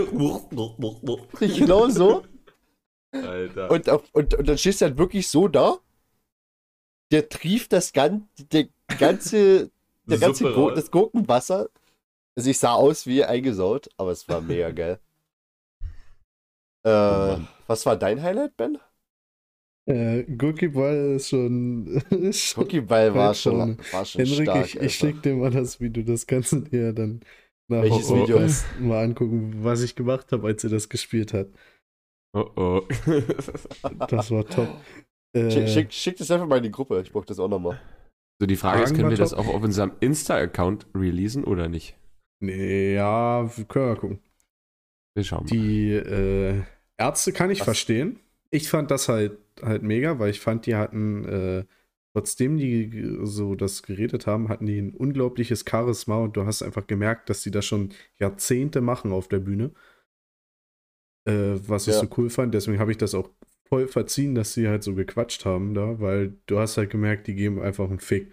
Genau so. Alter. Und, auf, und, und dann stehst du halt wirklich so da. Der trieft das ganze, der ganze, der ganze Suppe Gur raus. das Gurkenwasser. Also ich sah aus wie eingesaut, aber es war mega geil. Äh, Mann. was war dein Highlight, Ben? Äh, Gurkiball ist schon. Ist schon Cookieball war weit schon, vorne. war schon Henrik, stark. ich, ich Alter. schick dir mal das Video, das kannst du dir dann nach Welches Video ist? mal angucken, was ich gemacht habe, als ihr das gespielt habt. Oh oh. Das war top. Schick, Äh, schick, schick das einfach mal in die Gruppe, ich brauch das auch nochmal. So, die Frage ist, Fragen können war wir das top. auch auf unserem Insta-Account releasen oder nicht? nee, ja, wir können mal gucken. Wir schauen mal. Die äh, Ärzte kann ich Was? verstehen. Ich fand das halt halt mega, weil ich fand, die hatten, äh, trotzdem die g- so das geredet haben, hatten die ein unglaubliches Charisma und du hast einfach gemerkt, dass die das schon Jahrzehnte machen auf der Bühne. Äh, was ich Ja. so cool fand. Deswegen habe ich das auch voll verziehen, dass sie halt so gequatscht haben da, weil du hast halt gemerkt, die geben einfach einen Fick.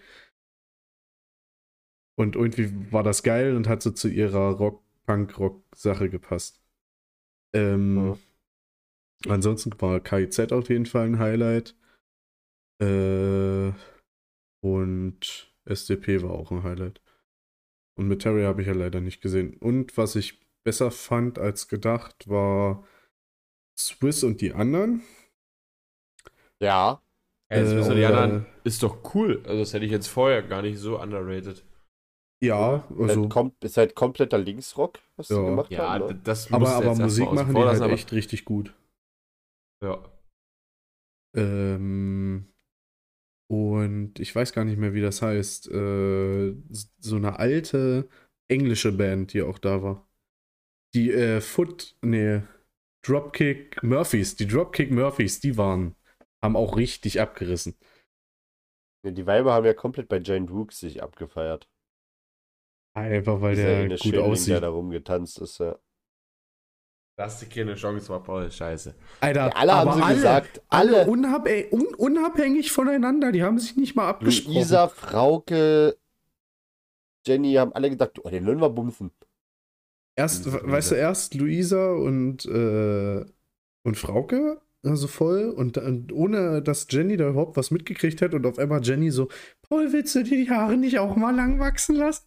Und irgendwie war das geil und hat so zu ihrer Rock, Punk-Rock-Sache gepasst. Ähm, Ansonsten war K I Z auf jeden Fall ein Highlight. Äh, und S D P war auch ein Highlight. Und Materia habe ich ja leider nicht gesehen. Und was ich besser fand als gedacht, war Swiss und die anderen. Ja. Ja, jetzt müssen wir die Äh, anderen. Ist doch cool. Also, das hätte ich jetzt vorher gar nicht so underrated. Ja, Also, also. halt kom ist halt kompletter Linksrock, was sie Ja. gemacht Ja, haben. d- Ne? das musst aber du aber jetzt Musik erstmal außen machen vor die lassen, halt aber- echt richtig gut. Ja. Ähm, und ich weiß gar nicht mehr, wie das heißt. Äh, so eine alte englische Band, die auch da war. Die äh, Foot, nee, Dropkick Murphys, die Dropkick Murphys, die waren, haben auch richtig abgerissen. Ja, die Weiber haben ja komplett bei Giant Rooks sich abgefeiert. Einfach weil Dieser der eine gut Schönling, der aussieht. da rumgetanzt ist, ja. Lass dir keine Chance, war voll scheiße. Alter, Ja, alle haben aber sie alle, gesagt, alle, alle. unab ey, un unabhängig voneinander, die haben sich nicht mal abgesprochen. Luisa, Frauke, Jenny haben alle gedacht, oh, den wollen wir bumsen. Erst, Luisa. weißt du, erst Luisa und, äh, und Frauke, also voll, und, und ohne, dass Jenny da überhaupt was mitgekriegt hat und auf einmal Jenny so, Paul, willst du dir die Haare nicht auch mal lang wachsen lassen?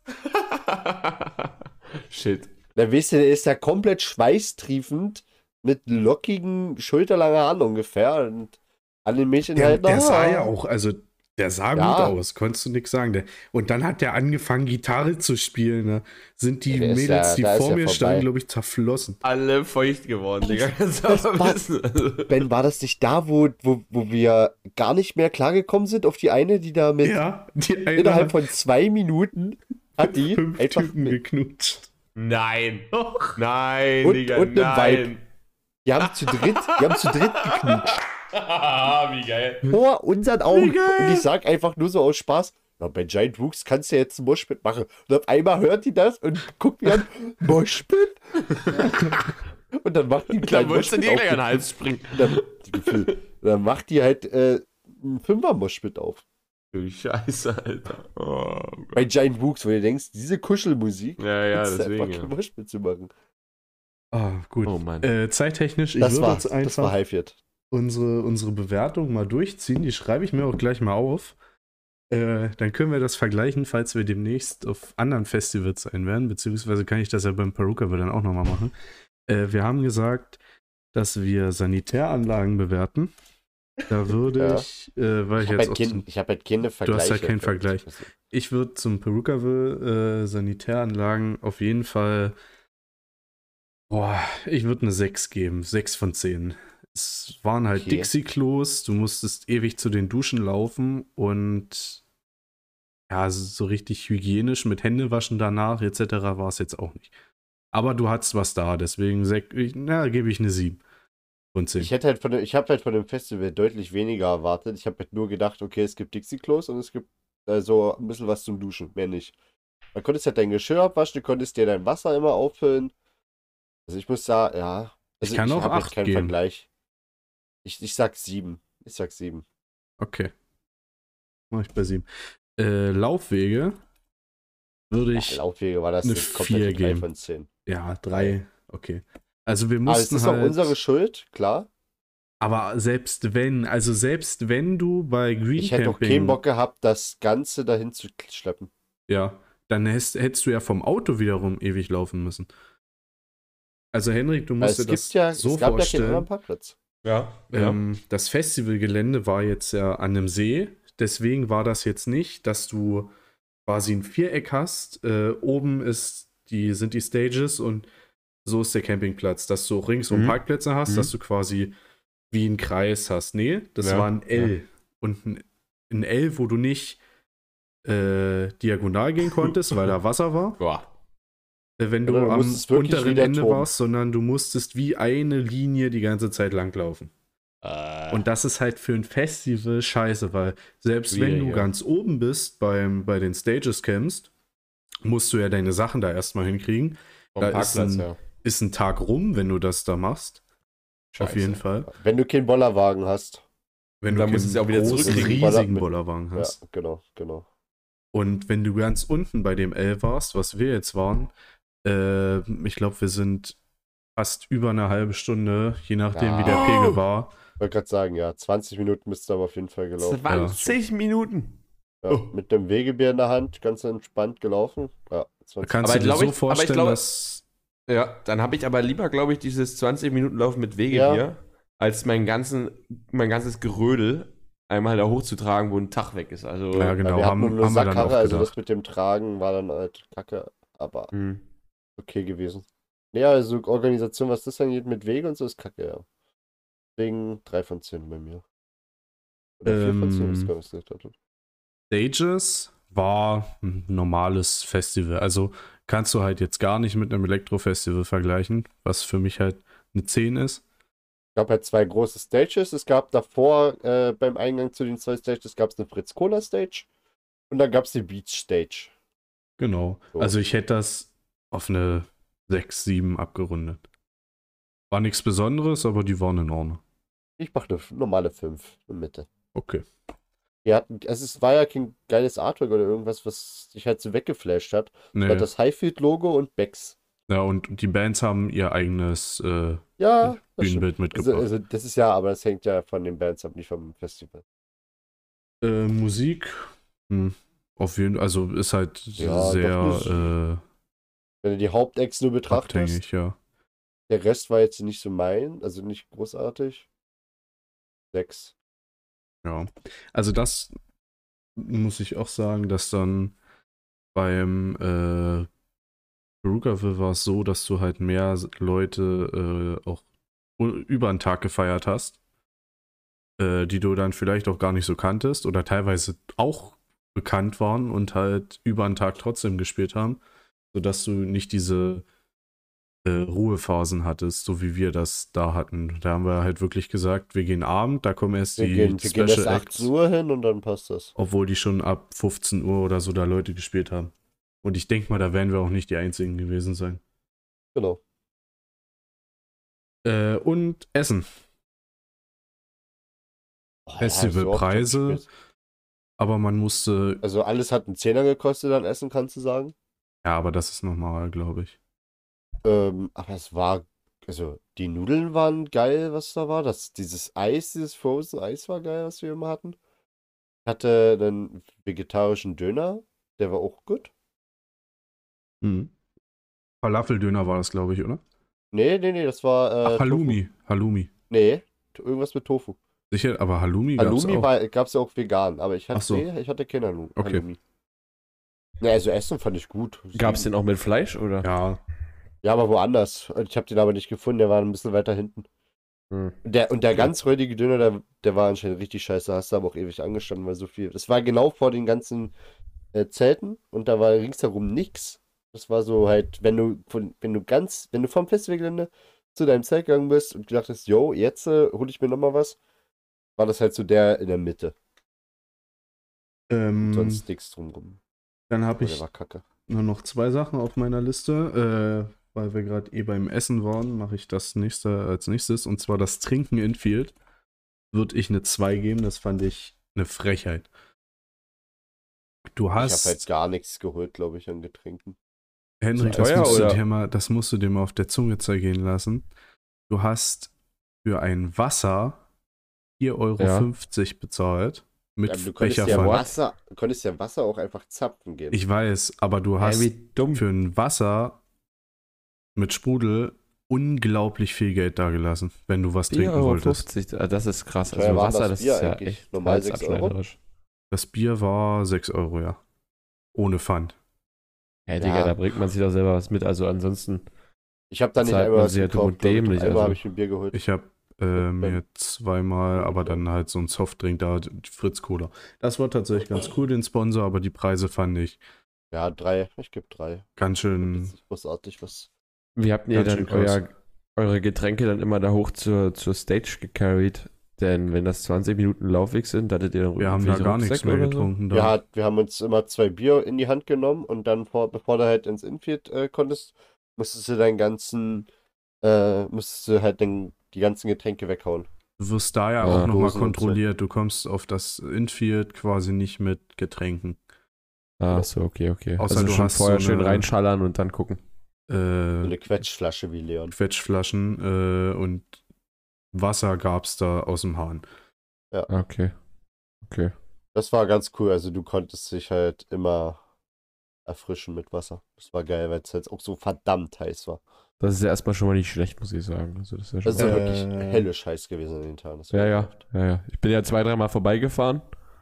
Shit. Da weißt du, der ist ja komplett schweißtriefend mit lockigen, schulterlangen Haaren ungefähr und an den Mädchen Der, halt der na, sah ja auch, also der sah Ja. gut aus, konntest du nichts sagen. Der, und dann hat der angefangen, Gitarre zu spielen. Ne? Sind die Ja, der ist Mädels, ja- die da ist vor ja mir vorbei. standen, glaube ich, zerflossen. Alle feucht geworden, Digga. Kannst du Das aber war- wissen. Also, Ben, war das nicht da, wo, wo, wo wir gar nicht mehr klargekommen sind auf die eine, die da mit Ja, die eine innerhalb hat von zwei Minuten hat die fünf einfach Typen mit, geknutscht. nein. Nein, Und- Digga, und ne nein. die haben zu dritt, die haben zu dritt geknutscht. Wie geil. Vor unseren Augen. Wie geil. Und ich sag einfach nur so aus Spaß, na, bei Giant Rooks kannst du jetzt ein Moshpit machen. Und auf einmal hört die das und guckt mir an, Moshpit? Und dann macht die einen Da kleinen wolltest du Moshpit dir auf. gleich an den Hals springen. Dann, die- dann macht die halt äh, einen Fünfer-Moshpit auf. Du Scheiße, Alter. Oh, Gott. Bei Giant Rooks, wo du denkst, diese Kuschelmusik, Ja, ja, ist deswegen. einfach Ja. kein Moshpit zu machen. Ah, gut. Oh Mann. Äh, zeittechnisch, ich Das würde war, jetzt das war einfach Highfield. unsere, unsere Bewertung mal durchziehen. Die schreibe ich mir auch gleich mal auf. Äh, dann können wir das vergleichen, falls wir demnächst auf anderen Festivals sein werden. Beziehungsweise kann ich das ja beim Perukaville dann auch nochmal machen. Äh, wir haben gesagt, dass wir Sanitäranlagen bewerten. Da würde Ja. ich, äh, weil Ich ich habe jetzt halt, auch kein, zum, ich hab halt keine Vergleiche. hast ja keinen für- Vergleich. ich würde zum Perukaville äh, Sanitäranlagen auf jeden Fall, boah, ich würde eine sechs geben. sechs von zehn. Es waren halt Okay. Dixie-Klos, du musstest ewig zu den Duschen laufen und ja, so richtig hygienisch mit Händewaschen danach et cetera war es jetzt auch nicht. Aber du hattest was da, deswegen sek- ich- na, gebe ich eine sieben von zehn. Ich hätte halt von dem, ich habe halt von dem Festival deutlich weniger erwartet. Ich habe halt nur gedacht, okay, es gibt Dixie-Klos und es gibt äh, so ein bisschen was zum Duschen, mehr nicht. Man konntest halt dein Geschirr abwaschen, du konntest dir dein Wasser immer auffüllen. Also ich muss sagen, ja. Also Ich kann auch hab halt acht keinen geben. Vergleich. Ich, ich sag sieben. Ich sag sieben. Okay. Mach ich bei sieben. Äh, Laufwege würde Ja, ich, Laufwege war das eine eine vier komplette drei geben. von zehn. ja, drei, okay. Also wir Aber es mussten ist auch halt, unsere Schuld, klar. aber selbst wenn, also selbst wenn du bei Green Ich hätte auch Camping, keinen Bock gehabt, das Ganze dahin zu schleppen. ja, dann hättest, hättest du ja vom Auto wiederum ewig laufen müssen. Also Henrik, du Weil musst es dir das gibt ja, so es gab ja keinen vorstellen. anderen Parkplatz. Ja, ja. Ähm, das Festivalgelände war jetzt ja an einem See, deswegen war das jetzt nicht, dass du quasi ein Viereck hast, äh, oben ist die, sind die Stages und so ist der Campingplatz, dass du ringsum Mhm. Parkplätze hast, Mhm. dass du quasi wie einen Kreis hast. Nee, das Ja, war ein L. Und ein, ein L, wo du nicht äh, diagonal gehen konntest, weil da Wasser war. Boah. Äh, Wenn Ja, du du am musstest wirklich wie unteren der Ende Turm. warst, sondern du musstest wie eine Linie die ganze Zeit langlaufen. Äh, Und das ist halt für ein Festival scheiße, weil selbst wenn Schwierig, du ja. ganz oben bist beim, bei den Stages campst, musst du ja deine Sachen da erstmal hinkriegen. vom da ist Parkplatz, ein- ja. Ist ein Tag rum, wenn du das da machst. Auf Scheiße. jeden Fall. Wenn du keinen Bollerwagen hast. Wenn Und du dann musst du es ja auch wieder großen, zurückkriegen. riesigen Mit- Bollerwagen Ja, hast. genau, genau. Und wenn du ganz unten bei dem L warst, was wir jetzt waren, äh, ich glaube, wir sind fast über eine halbe Stunde, je nachdem, wie der Ja. Pegel war. Ich wollte gerade sagen, ja, zwanzig Minuten bist du aber auf jeden Fall gelaufen. zwanzig Minuten. Ja, Oh. mit dem Wegebier in der Hand, ganz entspannt gelaufen. Ja, Da zwanzig kannst Aber du dir glaub so ich- aber ich vorstellen, glaube- dass Ja, dann habe ich aber lieber, glaube ich, dieses zwanzig Minuten Laufen mit Wegebier, Ja. als mein, ganzen, mein ganzes Gerödel einmal da hochzutragen, wo ein Tag weg ist. Also, Ja, genau. Ja, wir haben- hatten nur eine haben wir dann Sackkarre, auch also gedacht. das mit dem Tragen war dann halt kacke, aber hm. okay gewesen. Ja, also Organisation, was das angeht, mit Wege und so, ist kacke, ja. Deswegen drei von zehn bei mir. Oder vier von zehn, Ähm, das gar nicht gesagt hatte. Stages war ein normales Festival. Also kannst du halt jetzt gar nicht mit einem Elektro-Festival vergleichen, was für mich halt eine zehn ist. Es gab halt zwei große Stages. Es gab davor, äh, beim Eingang zu den zwei Stages, gab es eine Fritz-Cola-Stage und dann gab es die Beach-Stage. Genau. So. Also ich hätte das auf eine sechs, sieben abgerundet. War nichts Besonderes, aber die waren in Ordnung. Ich mache eine normale fünf in Mitte. Okay. Wir hatten, also es war ja kein geiles Artwork oder irgendwas, was sich halt so weggeflasht hat. Nee. War das Highfield-Logo und Becks. Ja, und die Bands haben ihr eigenes äh, Ja, das stimmt. Bühnenbild Also, mitgebracht. also das ist ja, aber das hängt ja von den Bands ab, nicht vom Festival. Äh, Musik, hm, auf jeden Fall, also ist halt Ja, sehr doch äh, Wenn du die Hauptacts nur betrachtest, abhängig, ja. der Rest war jetzt nicht so mein, also nicht großartig. Sechs. Ja. Also das muss ich auch sagen, dass dann beim äh, Perukaville war es so, dass du halt mehr Leute äh, auch über einen Tag gefeiert hast, äh, die du dann vielleicht auch gar nicht so kanntest oder teilweise auch bekannt waren und halt über einen Tag trotzdem gespielt haben, sodass du nicht diese äh, Ruhephasen hattest, so wie wir das da hatten. Da haben wir halt wirklich gesagt, wir gehen Abend, da kommen erst Wir die gehen, wir gehen erst Special acht Acts, Uhr hin und dann passt das. obwohl die schon ab fünfzehn Uhr oder so da Leute gespielt haben. Und ich denke mal, da werden wir auch nicht die Einzigen gewesen sein. Genau. Äh, und Essen. Oh, ja, Festivalpreise. so oft gespielt. Aber man musste, Also alles hat einen Zehner gekostet an Essen, kannst du sagen. ja, aber das ist normal, glaube ich. Ähm, aber es war, also die Nudeln waren geil, was da war. Das, dieses Eis, dieses Frozen Eis war geil, was wir immer hatten. Ich hatte einen vegetarischen Döner, der war auch gut. Mhm. Falafeldöner war das, glaube ich, oder? Nee, nee, nee, das war äh, Ach, Halloumi. Tofu. Halloumi. Nee, t- irgendwas mit Tofu. Sicher, aber Halloumi gab es Halloumi auch. war, gab's ja auch vegan, aber ich hatte, Ach so. nee, ich hatte kein Halloumi. Okay. Halloumi. Nee, also Essen fand ich gut. Gab es den auch mit Fleisch, oder? Ja, Ja, aber woanders. Ich habe den aber nicht gefunden, der war ein bisschen weiter hinten. Hm. Der, und der ganz räudige Döner, der, der war anscheinend richtig scheiße. Da hast du aber auch ewig angestanden, weil so viel. Das war genau vor den ganzen äh, Zelten und da war ringsherum nix. Das war so halt, wenn du von, wenn du ganz, wenn du vom Festivalgelände zu deinem Zelt gegangen bist und gedacht hast, yo, jetzt äh, hole ich mir nochmal was, war das halt so der in der Mitte. ähm, Sonst nichts drumrum. dann habe Aber der ich war kacke. nur noch zwei Sachen auf meiner Liste. Äh, weil wir gerade eh beim Essen waren, mache ich das nächste als nächstes. Und zwar das Trinken in Field. Würde ich eine zwei geben. Das fand ich eine Frechheit. Du Ich habe hast, halt gar nichts geholt, glaube ich, an Getränken. Henrik, Zu das teuer, musst, du oder? dir mal, das musst du dir mal auf der Zunge zergehen lassen. Du hast für ein Wasser vier Euro fünfzig bezahlt. Mit Ja, aber du konntest ja, Becherpfand. Wasser, du konntest ja Wasser auch einfach zapfen gehen. Ich weiß, aber du hast Hey, wie dumm. für ein Wasser mit Sprudel unglaublich viel Geld dagelassen, wenn du was vier trinken Euro wolltest. fünfzig, ah, das ist krass. Wie teuer Also war Wasser, das das Bier ist ja eigentlich? echt Normal sechs Euro? preisabschneiderisch. Das Bier war sechs Euro, ja. Ohne Pfand. Hey, Digga, Ja. da bringt man sich doch selber was mit. Also ansonsten, Ich habe da nicht Zahlt einmal man was sich ja dumm gekauft. und glaub ich. dämlich, Einmal also. habe ich mir ein Bier geholt. Ich habe äh, mir zweimal, aber dann halt so ein Softdrink da, die Fritz Cola. Das war tatsächlich ganz cool, den Sponsor, aber die Preise fand ich Ja, drei. Ich gebe drei. ganz Das schön. ist großartig, was. wie habt ihr Ganz dann schön krass. euer, eure Getränke dann immer da hoch zur, zur Stage gecarried? Denn wenn das zwanzig Minuten Laufweg sind, hattet ihr dann Wir haben da irgendwie gar nichts Rucksäcke mehr oder so? getrunken. Da. Wir, hat, wir haben uns immer zwei Bier in die Hand genommen und dann, vor, bevor du halt ins Infield äh, konntest, musstest du deinen ganzen, äh, musstest du halt den, die ganzen Getränke weghauen. Du wirst da ja Ja, auch nochmal Dosen und so. kontrolliert. Du kommst auf das Infield quasi nicht mit Getränken. Ah, so, okay, okay. Außer also du schon hast vorher so schön eine- reinschallern und dann gucken. So Äh, eine Quetschflasche wie Leon. Quetschflaschen äh, und Wasser gab's da aus dem Hahn. Ah, okay. Okay. Das war ganz cool. Also du konntest dich halt immer erfrischen mit Wasser. Das war geil, weil es halt auch so verdammt heiß war. Das ist ja erstmal schon mal nicht schlecht, muss ich sagen. Also das ist ja schon Das ist ja Äh, wirklich hellisch heiß gewesen an den Tagen. Das war ja, ja, ekelhaft. ja, ja. Ich bin ja zwei, dreimal vorbeigefahren.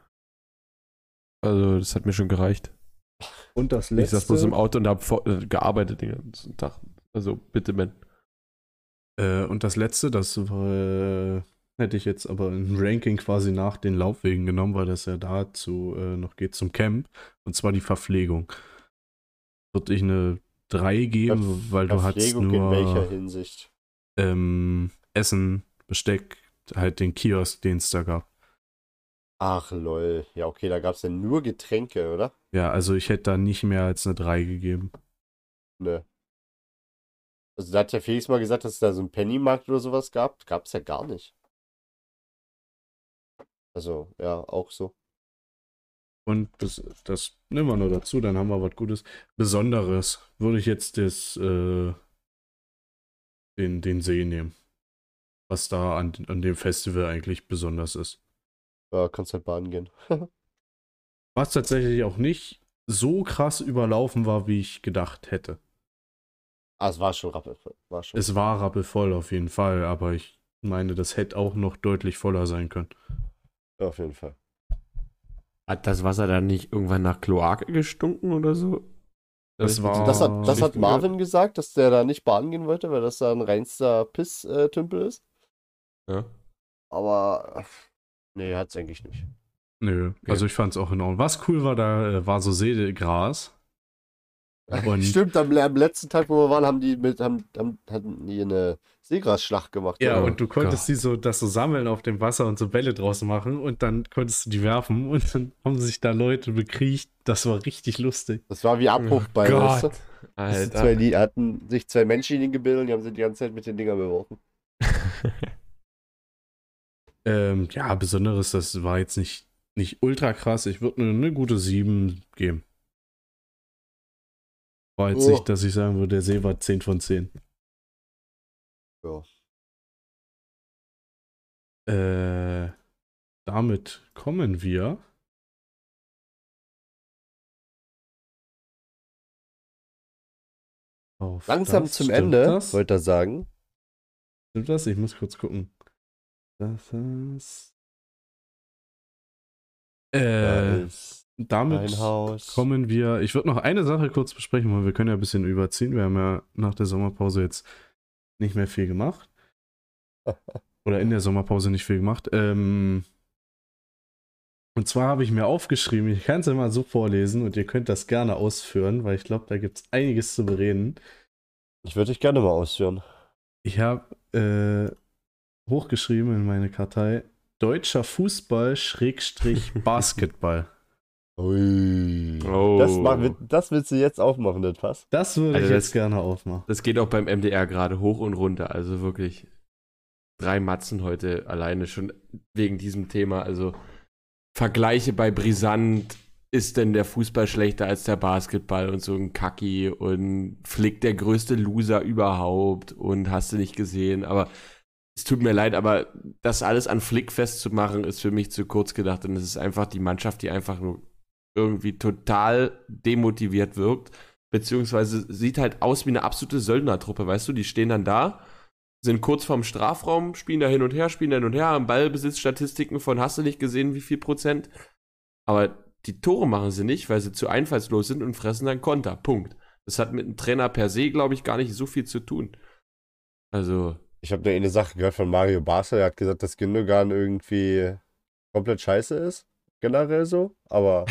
Also, das hat mir schon gereicht. Und das Ich saß bloß im Auto und habe äh, gearbeitet den ganzen Tag. Also, bitte, Ben. Äh, und das letzte, das war, hätte ich jetzt aber ein Ranking quasi nach den Laufwegen genommen, weil das ja dazu äh, noch geht zum Camp. Und zwar die Verpflegung. Würde ich eine drei geben, Verf- weil du hattest Verpflegung in welcher nur Hinsicht? ähm, Essen, Besteck, halt den Kiosk, den es da gab. Ach lol. Ja, okay, da gab es ja nur Getränke, oder? Ja, also ich hätte da nicht mehr als eine drei gegeben. Ne. Also da hat ja Felix mal gesagt, dass es da so einen Pennymarkt oder sowas gab. Gab es ja gar nicht. Also, ja, auch so. Und das, das nehmen wir nur dazu, dann haben wir was Gutes. Besonderes würde ich jetzt das, äh, den, den See nehmen. Was da an, an dem Festival eigentlich besonders ist. Ja, kannst halt baden gehen. Was tatsächlich auch nicht so krass überlaufen war, wie ich gedacht hätte. Ah, es war schon rappelvoll. War schon. Es war rappelvoll auf jeden Fall, aber ich meine, das hätte auch noch deutlich voller sein können. Ja, auf jeden Fall. Hat das Wasser dann nicht irgendwann nach Kloake gestunken oder so? Das war- Also das hat, das hat Nicht Marvin gesagt, dass der da nicht baden gehen wollte, weil das da ein reinster Piss-Tümpel ist. Ja. Aber, äh, nee, hat's eigentlich nicht. Nö, also ich fand es auch in Ordnung. Was cool war, da äh, war so Seegras. Und Stimmt, am, am letzten Tag, wo wir waren, haben die mit, haben, haben, hatten die eine Seegrasschlacht gemacht. ja, oder? und du konntest Gott. die so, das so sammeln auf dem Wasser und so Bälle draus machen und dann konntest du die werfen und dann haben sich da Leute bekriegt. Das war richtig lustig. Das war wie Abbruchball, Oh weißt du? Gott. Das sind Alter. zwei, die hatten sich zwei Menschenlinien gebildet und die haben sie die ganze Zeit mit den Dingern beworfen. Ähm, ja, Besonderes, das war jetzt nicht, nicht ultra krass. Ich würde nur eine gute sieben geben. War jetzt Oh. nicht, dass ich sagen würde, der See war zehn von zehn. Ja. Äh, damit kommen wir auf Langsam das. zum Stimmt Ende, das? wollte er sagen. Stimmt das? Ich muss kurz gucken. Das ist. Da Äh, ist damit ein Haus. kommen wir. Ich würde noch eine Sache kurz besprechen, weil wir können ja ein bisschen überziehen. Wir haben ja nach der Sommerpause jetzt nicht mehr viel gemacht. Oder in der Sommerpause nicht viel gemacht. Ähm, und zwar habe ich mir aufgeschrieben, ich kann es ja mal so vorlesen und ihr könnt das gerne ausführen, weil ich glaube, da gibt es einiges zu bereden. Ich würde dich gerne mal ausführen. Ich habe äh, hochgeschrieben in meine Kartei deutscher Fußball Schrägstrich Basketball. Ui. Oh. Das, mach, das willst du jetzt aufmachen, das Pass? Das würde Also ich das- jetzt gerne aufmachen. Das geht auch beim M D R gerade hoch und runter. Also wirklich drei Matzen heute alleine schon wegen diesem Thema. Also Vergleiche bei Brisant. Ist denn der Fußball schlechter als der Basketball und so ein Kacki und Flick der größte Loser überhaupt und hast du nicht gesehen. Aber es tut mir leid, aber das alles an Flick festzumachen, ist für mich zu kurz gedacht. Und es ist einfach die Mannschaft, die einfach nur irgendwie total demotiviert wirkt. Beziehungsweise sieht halt aus wie eine absolute Söldnertruppe, weißt du? Die stehen dann da, sind kurz vorm Strafraum, spielen da hin und her, spielen da hin und her, haben Ballbesitzstatistiken von hast du nicht gesehen, wie viel Prozent. Aber die Tore machen sie nicht, weil sie zu einfallslos sind und fressen dann Konter. Punkt. Das hat mit einem Trainer per se, glaube ich, gar nicht so viel zu tun. Also, Ich habe da eine Sache gehört von Mario Basler, der hat gesagt, dass Gündogan irgendwie komplett scheiße ist. Generell so. Aber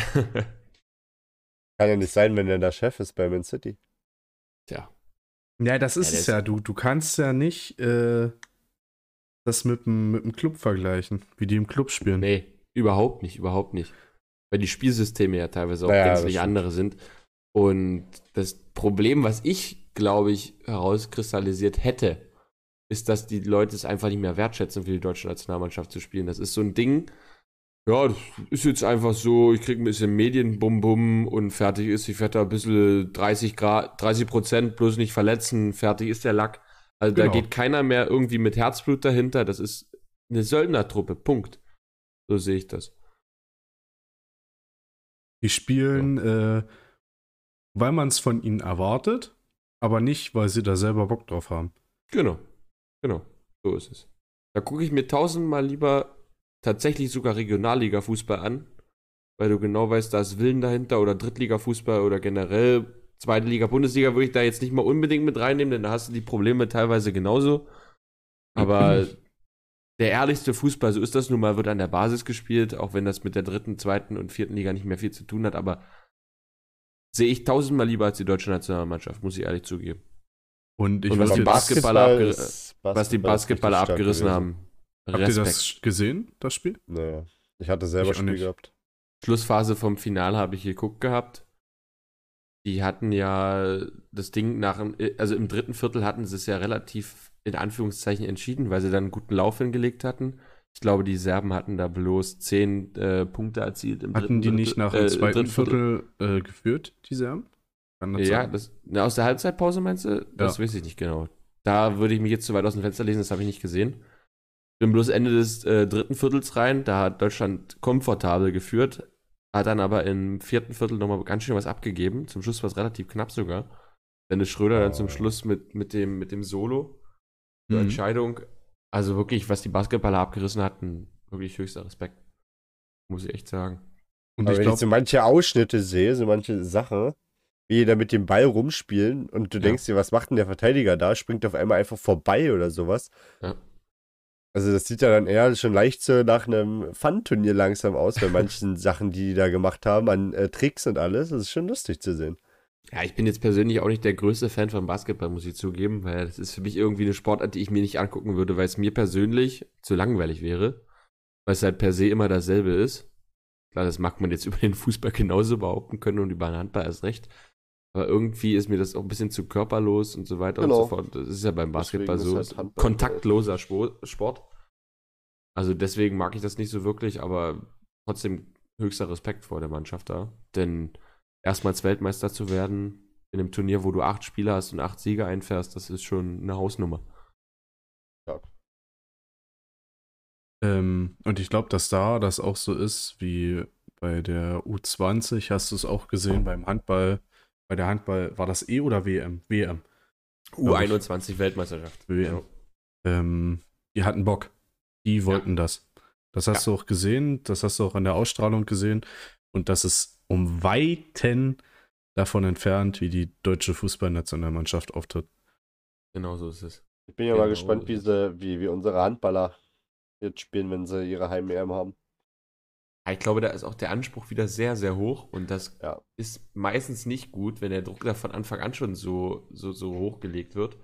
kann ja nicht sein, wenn er der Chef ist bei Man City. tja. Ja, das ist der es ist- ja. Du, du kannst ja nicht äh, das mit dem, mit dem Club vergleichen, wie die im Club spielen. Nee, überhaupt nicht, überhaupt nicht. Weil die Spielsysteme ja teilweise auch Naja, das gänzlich stimmt. andere sind. Und das Problem, was ich, glaube ich, herauskristallisiert hätte, ist, dass die Leute es einfach nicht mehr wertschätzen, für die deutsche Nationalmannschaft zu spielen. Das ist so ein Ding, ja, das ist jetzt einfach so, ich kriege ein bisschen Medienbum-Bum und fertig ist. Ich werde da ein bisschen dreißig Grad, dreißig Prozent bloß nicht verletzen, fertig ist der Lack. Also Genau. da geht keiner mehr irgendwie mit Herzblut dahinter. Das ist eine Söldnertruppe, Punkt. So sehe ich das. Die spielen, äh, weil man es von ihnen erwartet, aber nicht, weil sie da selber Bock drauf haben. Genau, genau, so ist es. Da gucke ich mir tausendmal lieber tatsächlich sogar Regionalliga-Fußball an, weil du genau weißt, da ist Willen dahinter oder Drittliga-Fußball oder generell zweite Liga, Bundesliga würde ich da jetzt nicht mal unbedingt mit reinnehmen, denn da hast du die Probleme teilweise genauso. Aber der ehrlichste Fußball, so ist das nun mal, wird an der Basis gespielt, auch wenn das mit der dritten, zweiten und vierten Liga nicht mehr viel zu tun hat, aber sehe ich tausendmal lieber als die deutsche Nationalmannschaft, muss ich ehrlich zugeben. Und, ich Und was würde die jetzt- Basketballer, abger ist- was die Basketball ist Basketballer richtig stark abgerissen gewesen. haben. Habt ihr Respekt. das gesehen, das Spiel? Naja. Ich hatte selber Ich auch Spiel nicht. gehabt. Schlussphase vom Finale habe ich geguckt gehabt. Die hatten ja das Ding nach, dem- also im dritten Viertel hatten sie es ja relativ in Anführungszeichen entschieden, weil sie dann einen guten Lauf hingelegt hatten. Ich glaube, die Serben hatten da bloß zehn äh, Punkte erzielt im Hatten die dritten nicht Drittel- nach äh, dem im zweiten dritten Viertel äh, geführt, die Serben? Kann das Ja, sein? das, na, aus der Halbzeitpause meinst du? Das Ja. weiß ich nicht genau. Da würde ich mich jetzt zu weit aus dem Fenster lesen, das habe ich nicht gesehen. Bin bloß Ende des äh, dritten Viertels rein, da hat Deutschland komfortabel geführt, hat dann aber im vierten Viertel nochmal ganz schön was abgegeben. Zum Schluss war es relativ knapp sogar. Dennis Schröder dann zum Schluss mit, mit, dem, mit dem Solo zur Mhm. Entscheidung. Also wirklich, was die Basketballer abgerissen hatten, wirklich höchster Respekt. Muss ich echt sagen. Und Aber ich wenn ich glaube, so manche Ausschnitte sehe, so manche Sachen, wie die da mit dem Ball rumspielen und du Ja. denkst dir, was macht denn der Verteidiger da? Springt auf einmal einfach vorbei oder sowas. Ja. Also das sieht ja dann eher schon leicht so nach einem Fun-Turnier langsam aus, bei manchen Sachen, die die da gemacht haben, an äh, Tricks und alles. Das ist schon lustig zu sehen. Ja, ich bin jetzt persönlich auch nicht der größte Fan von Basketball, muss ich zugeben, weil das ist für mich irgendwie eine Sportart, die ich mir nicht angucken würde, weil es mir persönlich zu langweilig wäre, weil es halt per se immer dasselbe ist. Klar, das mag man jetzt über den Fußball genauso behaupten können und über den Handball erst recht. Aber irgendwie ist mir das auch ein bisschen zu körperlos und so weiter Genau. und so fort. Das ist ja beim Basketball Deswegen so. ist halt Handball- kontaktloser Spo- Sport. Also deswegen mag ich das nicht so wirklich, aber trotzdem höchster Respekt vor der Mannschaft da. Denn erstmals Weltmeister zu werden in einem Turnier, wo du acht Spieler hast und acht Sieger einfährst, das ist schon eine Hausnummer. ähm, und ich glaube, dass da das auch so ist, wie bei der U zwanzig, hast du es auch gesehen, beim Handball, bei der Handball, war das E oder W M? W M. U einundzwanzig Weltmeisterschaft. W M. Ähm, die hatten Bock. Die wollten das. Das hast Ja. du auch gesehen, das hast du auch an der Ausstrahlung gesehen. Und das ist um Weiten davon entfernt, wie die deutsche Fußballnationalmannschaft auftritt. Genau so ist es. Ich bin ja Genau, mal gespannt, wie, das sie, wie, wie unsere Handballer jetzt spielen, wenn sie ihre Heim-E M haben. Ja, ich glaube, da ist auch der Anspruch wieder sehr, sehr hoch und das Ja. ist meistens nicht gut, wenn der Druck da von Anfang an schon so, so, so hochgelegt wird.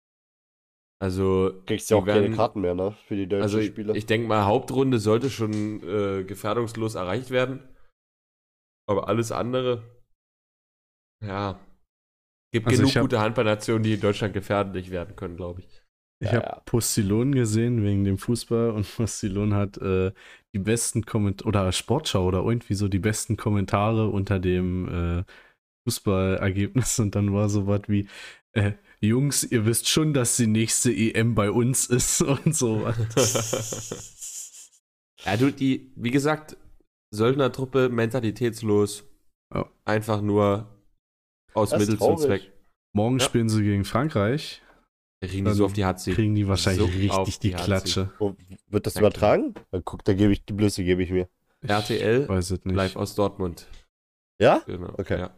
Also, Kriegst du die auch keine werden- Karten mehr, ne? Für die deutschen also ich, Spiele. ich denke mal, Hauptrunde sollte schon äh, gefährdungslos erreicht werden. Aber alles andere, ja, gibt Also genug ich hab- gute Handballnationen, die in Deutschland gefährlich werden können, glaube ich. Ich Ja, habe ja. Postillon gesehen wegen dem Fußball und Postillon hat äh, die besten Kommentare, oder Sportschau oder irgendwie so die besten Kommentare unter dem äh, Fußballergebnis und dann war so was wie äh, Jungs, ihr wisst schon, dass die nächste E M bei uns ist und so was. Ja, du, die, wie gesagt, Söldnertruppe, mentalitätslos. Ja. Einfach nur aus Das ist Mittel zum traurig. Zweck. Morgen Ja. spielen sie gegen Frankreich, Da kriegen die Dann so auf die Hatzi. kriegen die wahrscheinlich So auf richtig die die Hatzi. Klatsche. Oh, wird das Na klar. übertragen? Dann guck, da gebe ich die Blöße, gebe ich mir. R T L, Ich weiß es nicht. live aus Dortmund. Ja? Genau. Okay. Ja.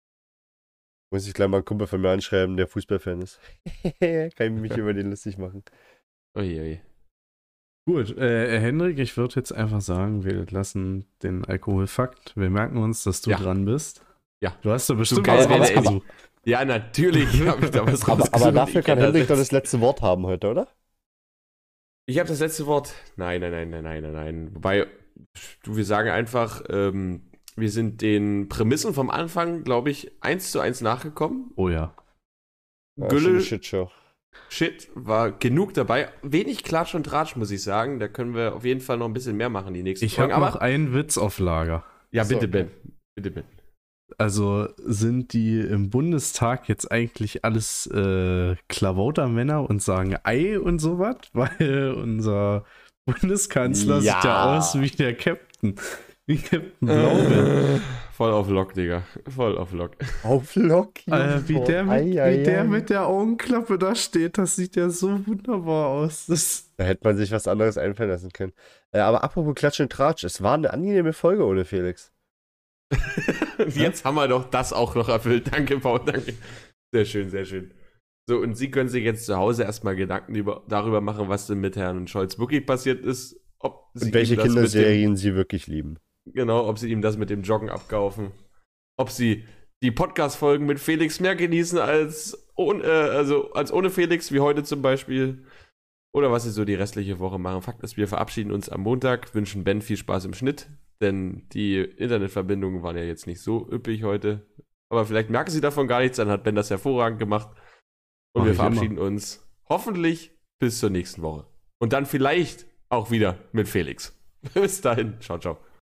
Muss ich gleich mal einen Kumpel von mir anschreiben, der Fußballfan ist. Kann ich mich über den lustig machen. Uiui. Gut, äh, Hendrik, ich würde jetzt einfach sagen, wir lassen den Alkoholfakt. Wir merken uns, dass du Ja. dran bist. Ja. Du hast da bestimmt geil, was wenn er- rausgesucht. Ja, natürlich habe ich da was Aber, rausgesucht. aber dafür Ich kann kenn Hendrik doch jetzt- das letzte Wort haben heute, oder? Ich habe das letzte Wort. Nein, nein, nein, nein, nein, nein, nein. Wobei, du, wir sagen einfach, ähm, wir sind den Prämissen vom Anfang, glaube ich, eins zu eins nachgekommen. Oh ja. Ja, Gülle- schon eine Shitshow. Shit, war genug dabei. Wenig Klatsch und Tratsch, muss ich sagen. Da können wir auf jeden Fall noch ein bisschen mehr machen, die nächsten Ich habe Folgen. noch einen Witz auf Lager. Ja, Achso, bitte, okay. Ben. Bitte, Ben. Also sind die im Bundestag jetzt eigentlich alles äh, Klavautermänner und sagen Ei und sowas? Weil unser Bundeskanzler Ja. sieht ja aus wie der Captain. Wie Captain Blaubeer. Voll auf Lock, Digga. Voll auf Lock. Auf Lock. Äh, wie der, mit, Ei, ei, wie der ei. mit der Augenklappe da steht, das sieht ja so wunderbar aus. Das, Da hätte man sich was anderes einfallen lassen können. Äh, aber apropos Klatsch und Tratsch, es war eine angenehme Folge ohne Felix. Jetzt haben wir doch das auch noch erfüllt. Danke, Paul, danke. Sehr schön, sehr schön. So, und Sie können sich jetzt zu Hause erstmal Gedanken über, darüber machen, was denn mit Herrn Scholz wirklich passiert ist. Ob Sie Und welche ihm das mit dem, Kinderserien sie wirklich lieben. genau, ob Sie ihm das mit dem Joggen abkaufen. Ob Sie die Podcast-Folgen mit Felix mehr genießen als, ohne, äh, also als ohne Felix, wie heute zum Beispiel. Oder was Sie so die restliche Woche machen. Fakt ist, wir verabschieden uns am Montag, wünschen Ben viel Spaß im Schnitt, denn die Internetverbindungen waren ja jetzt nicht so üppig heute. Aber vielleicht merken Sie davon gar nichts, dann hat Ben das hervorragend gemacht. Und Mach wir ich verabschieden uns hoffentlich bis zur nächsten Woche. Und dann vielleicht auch wieder mit Felix. Bis dahin. Ciao, ciao.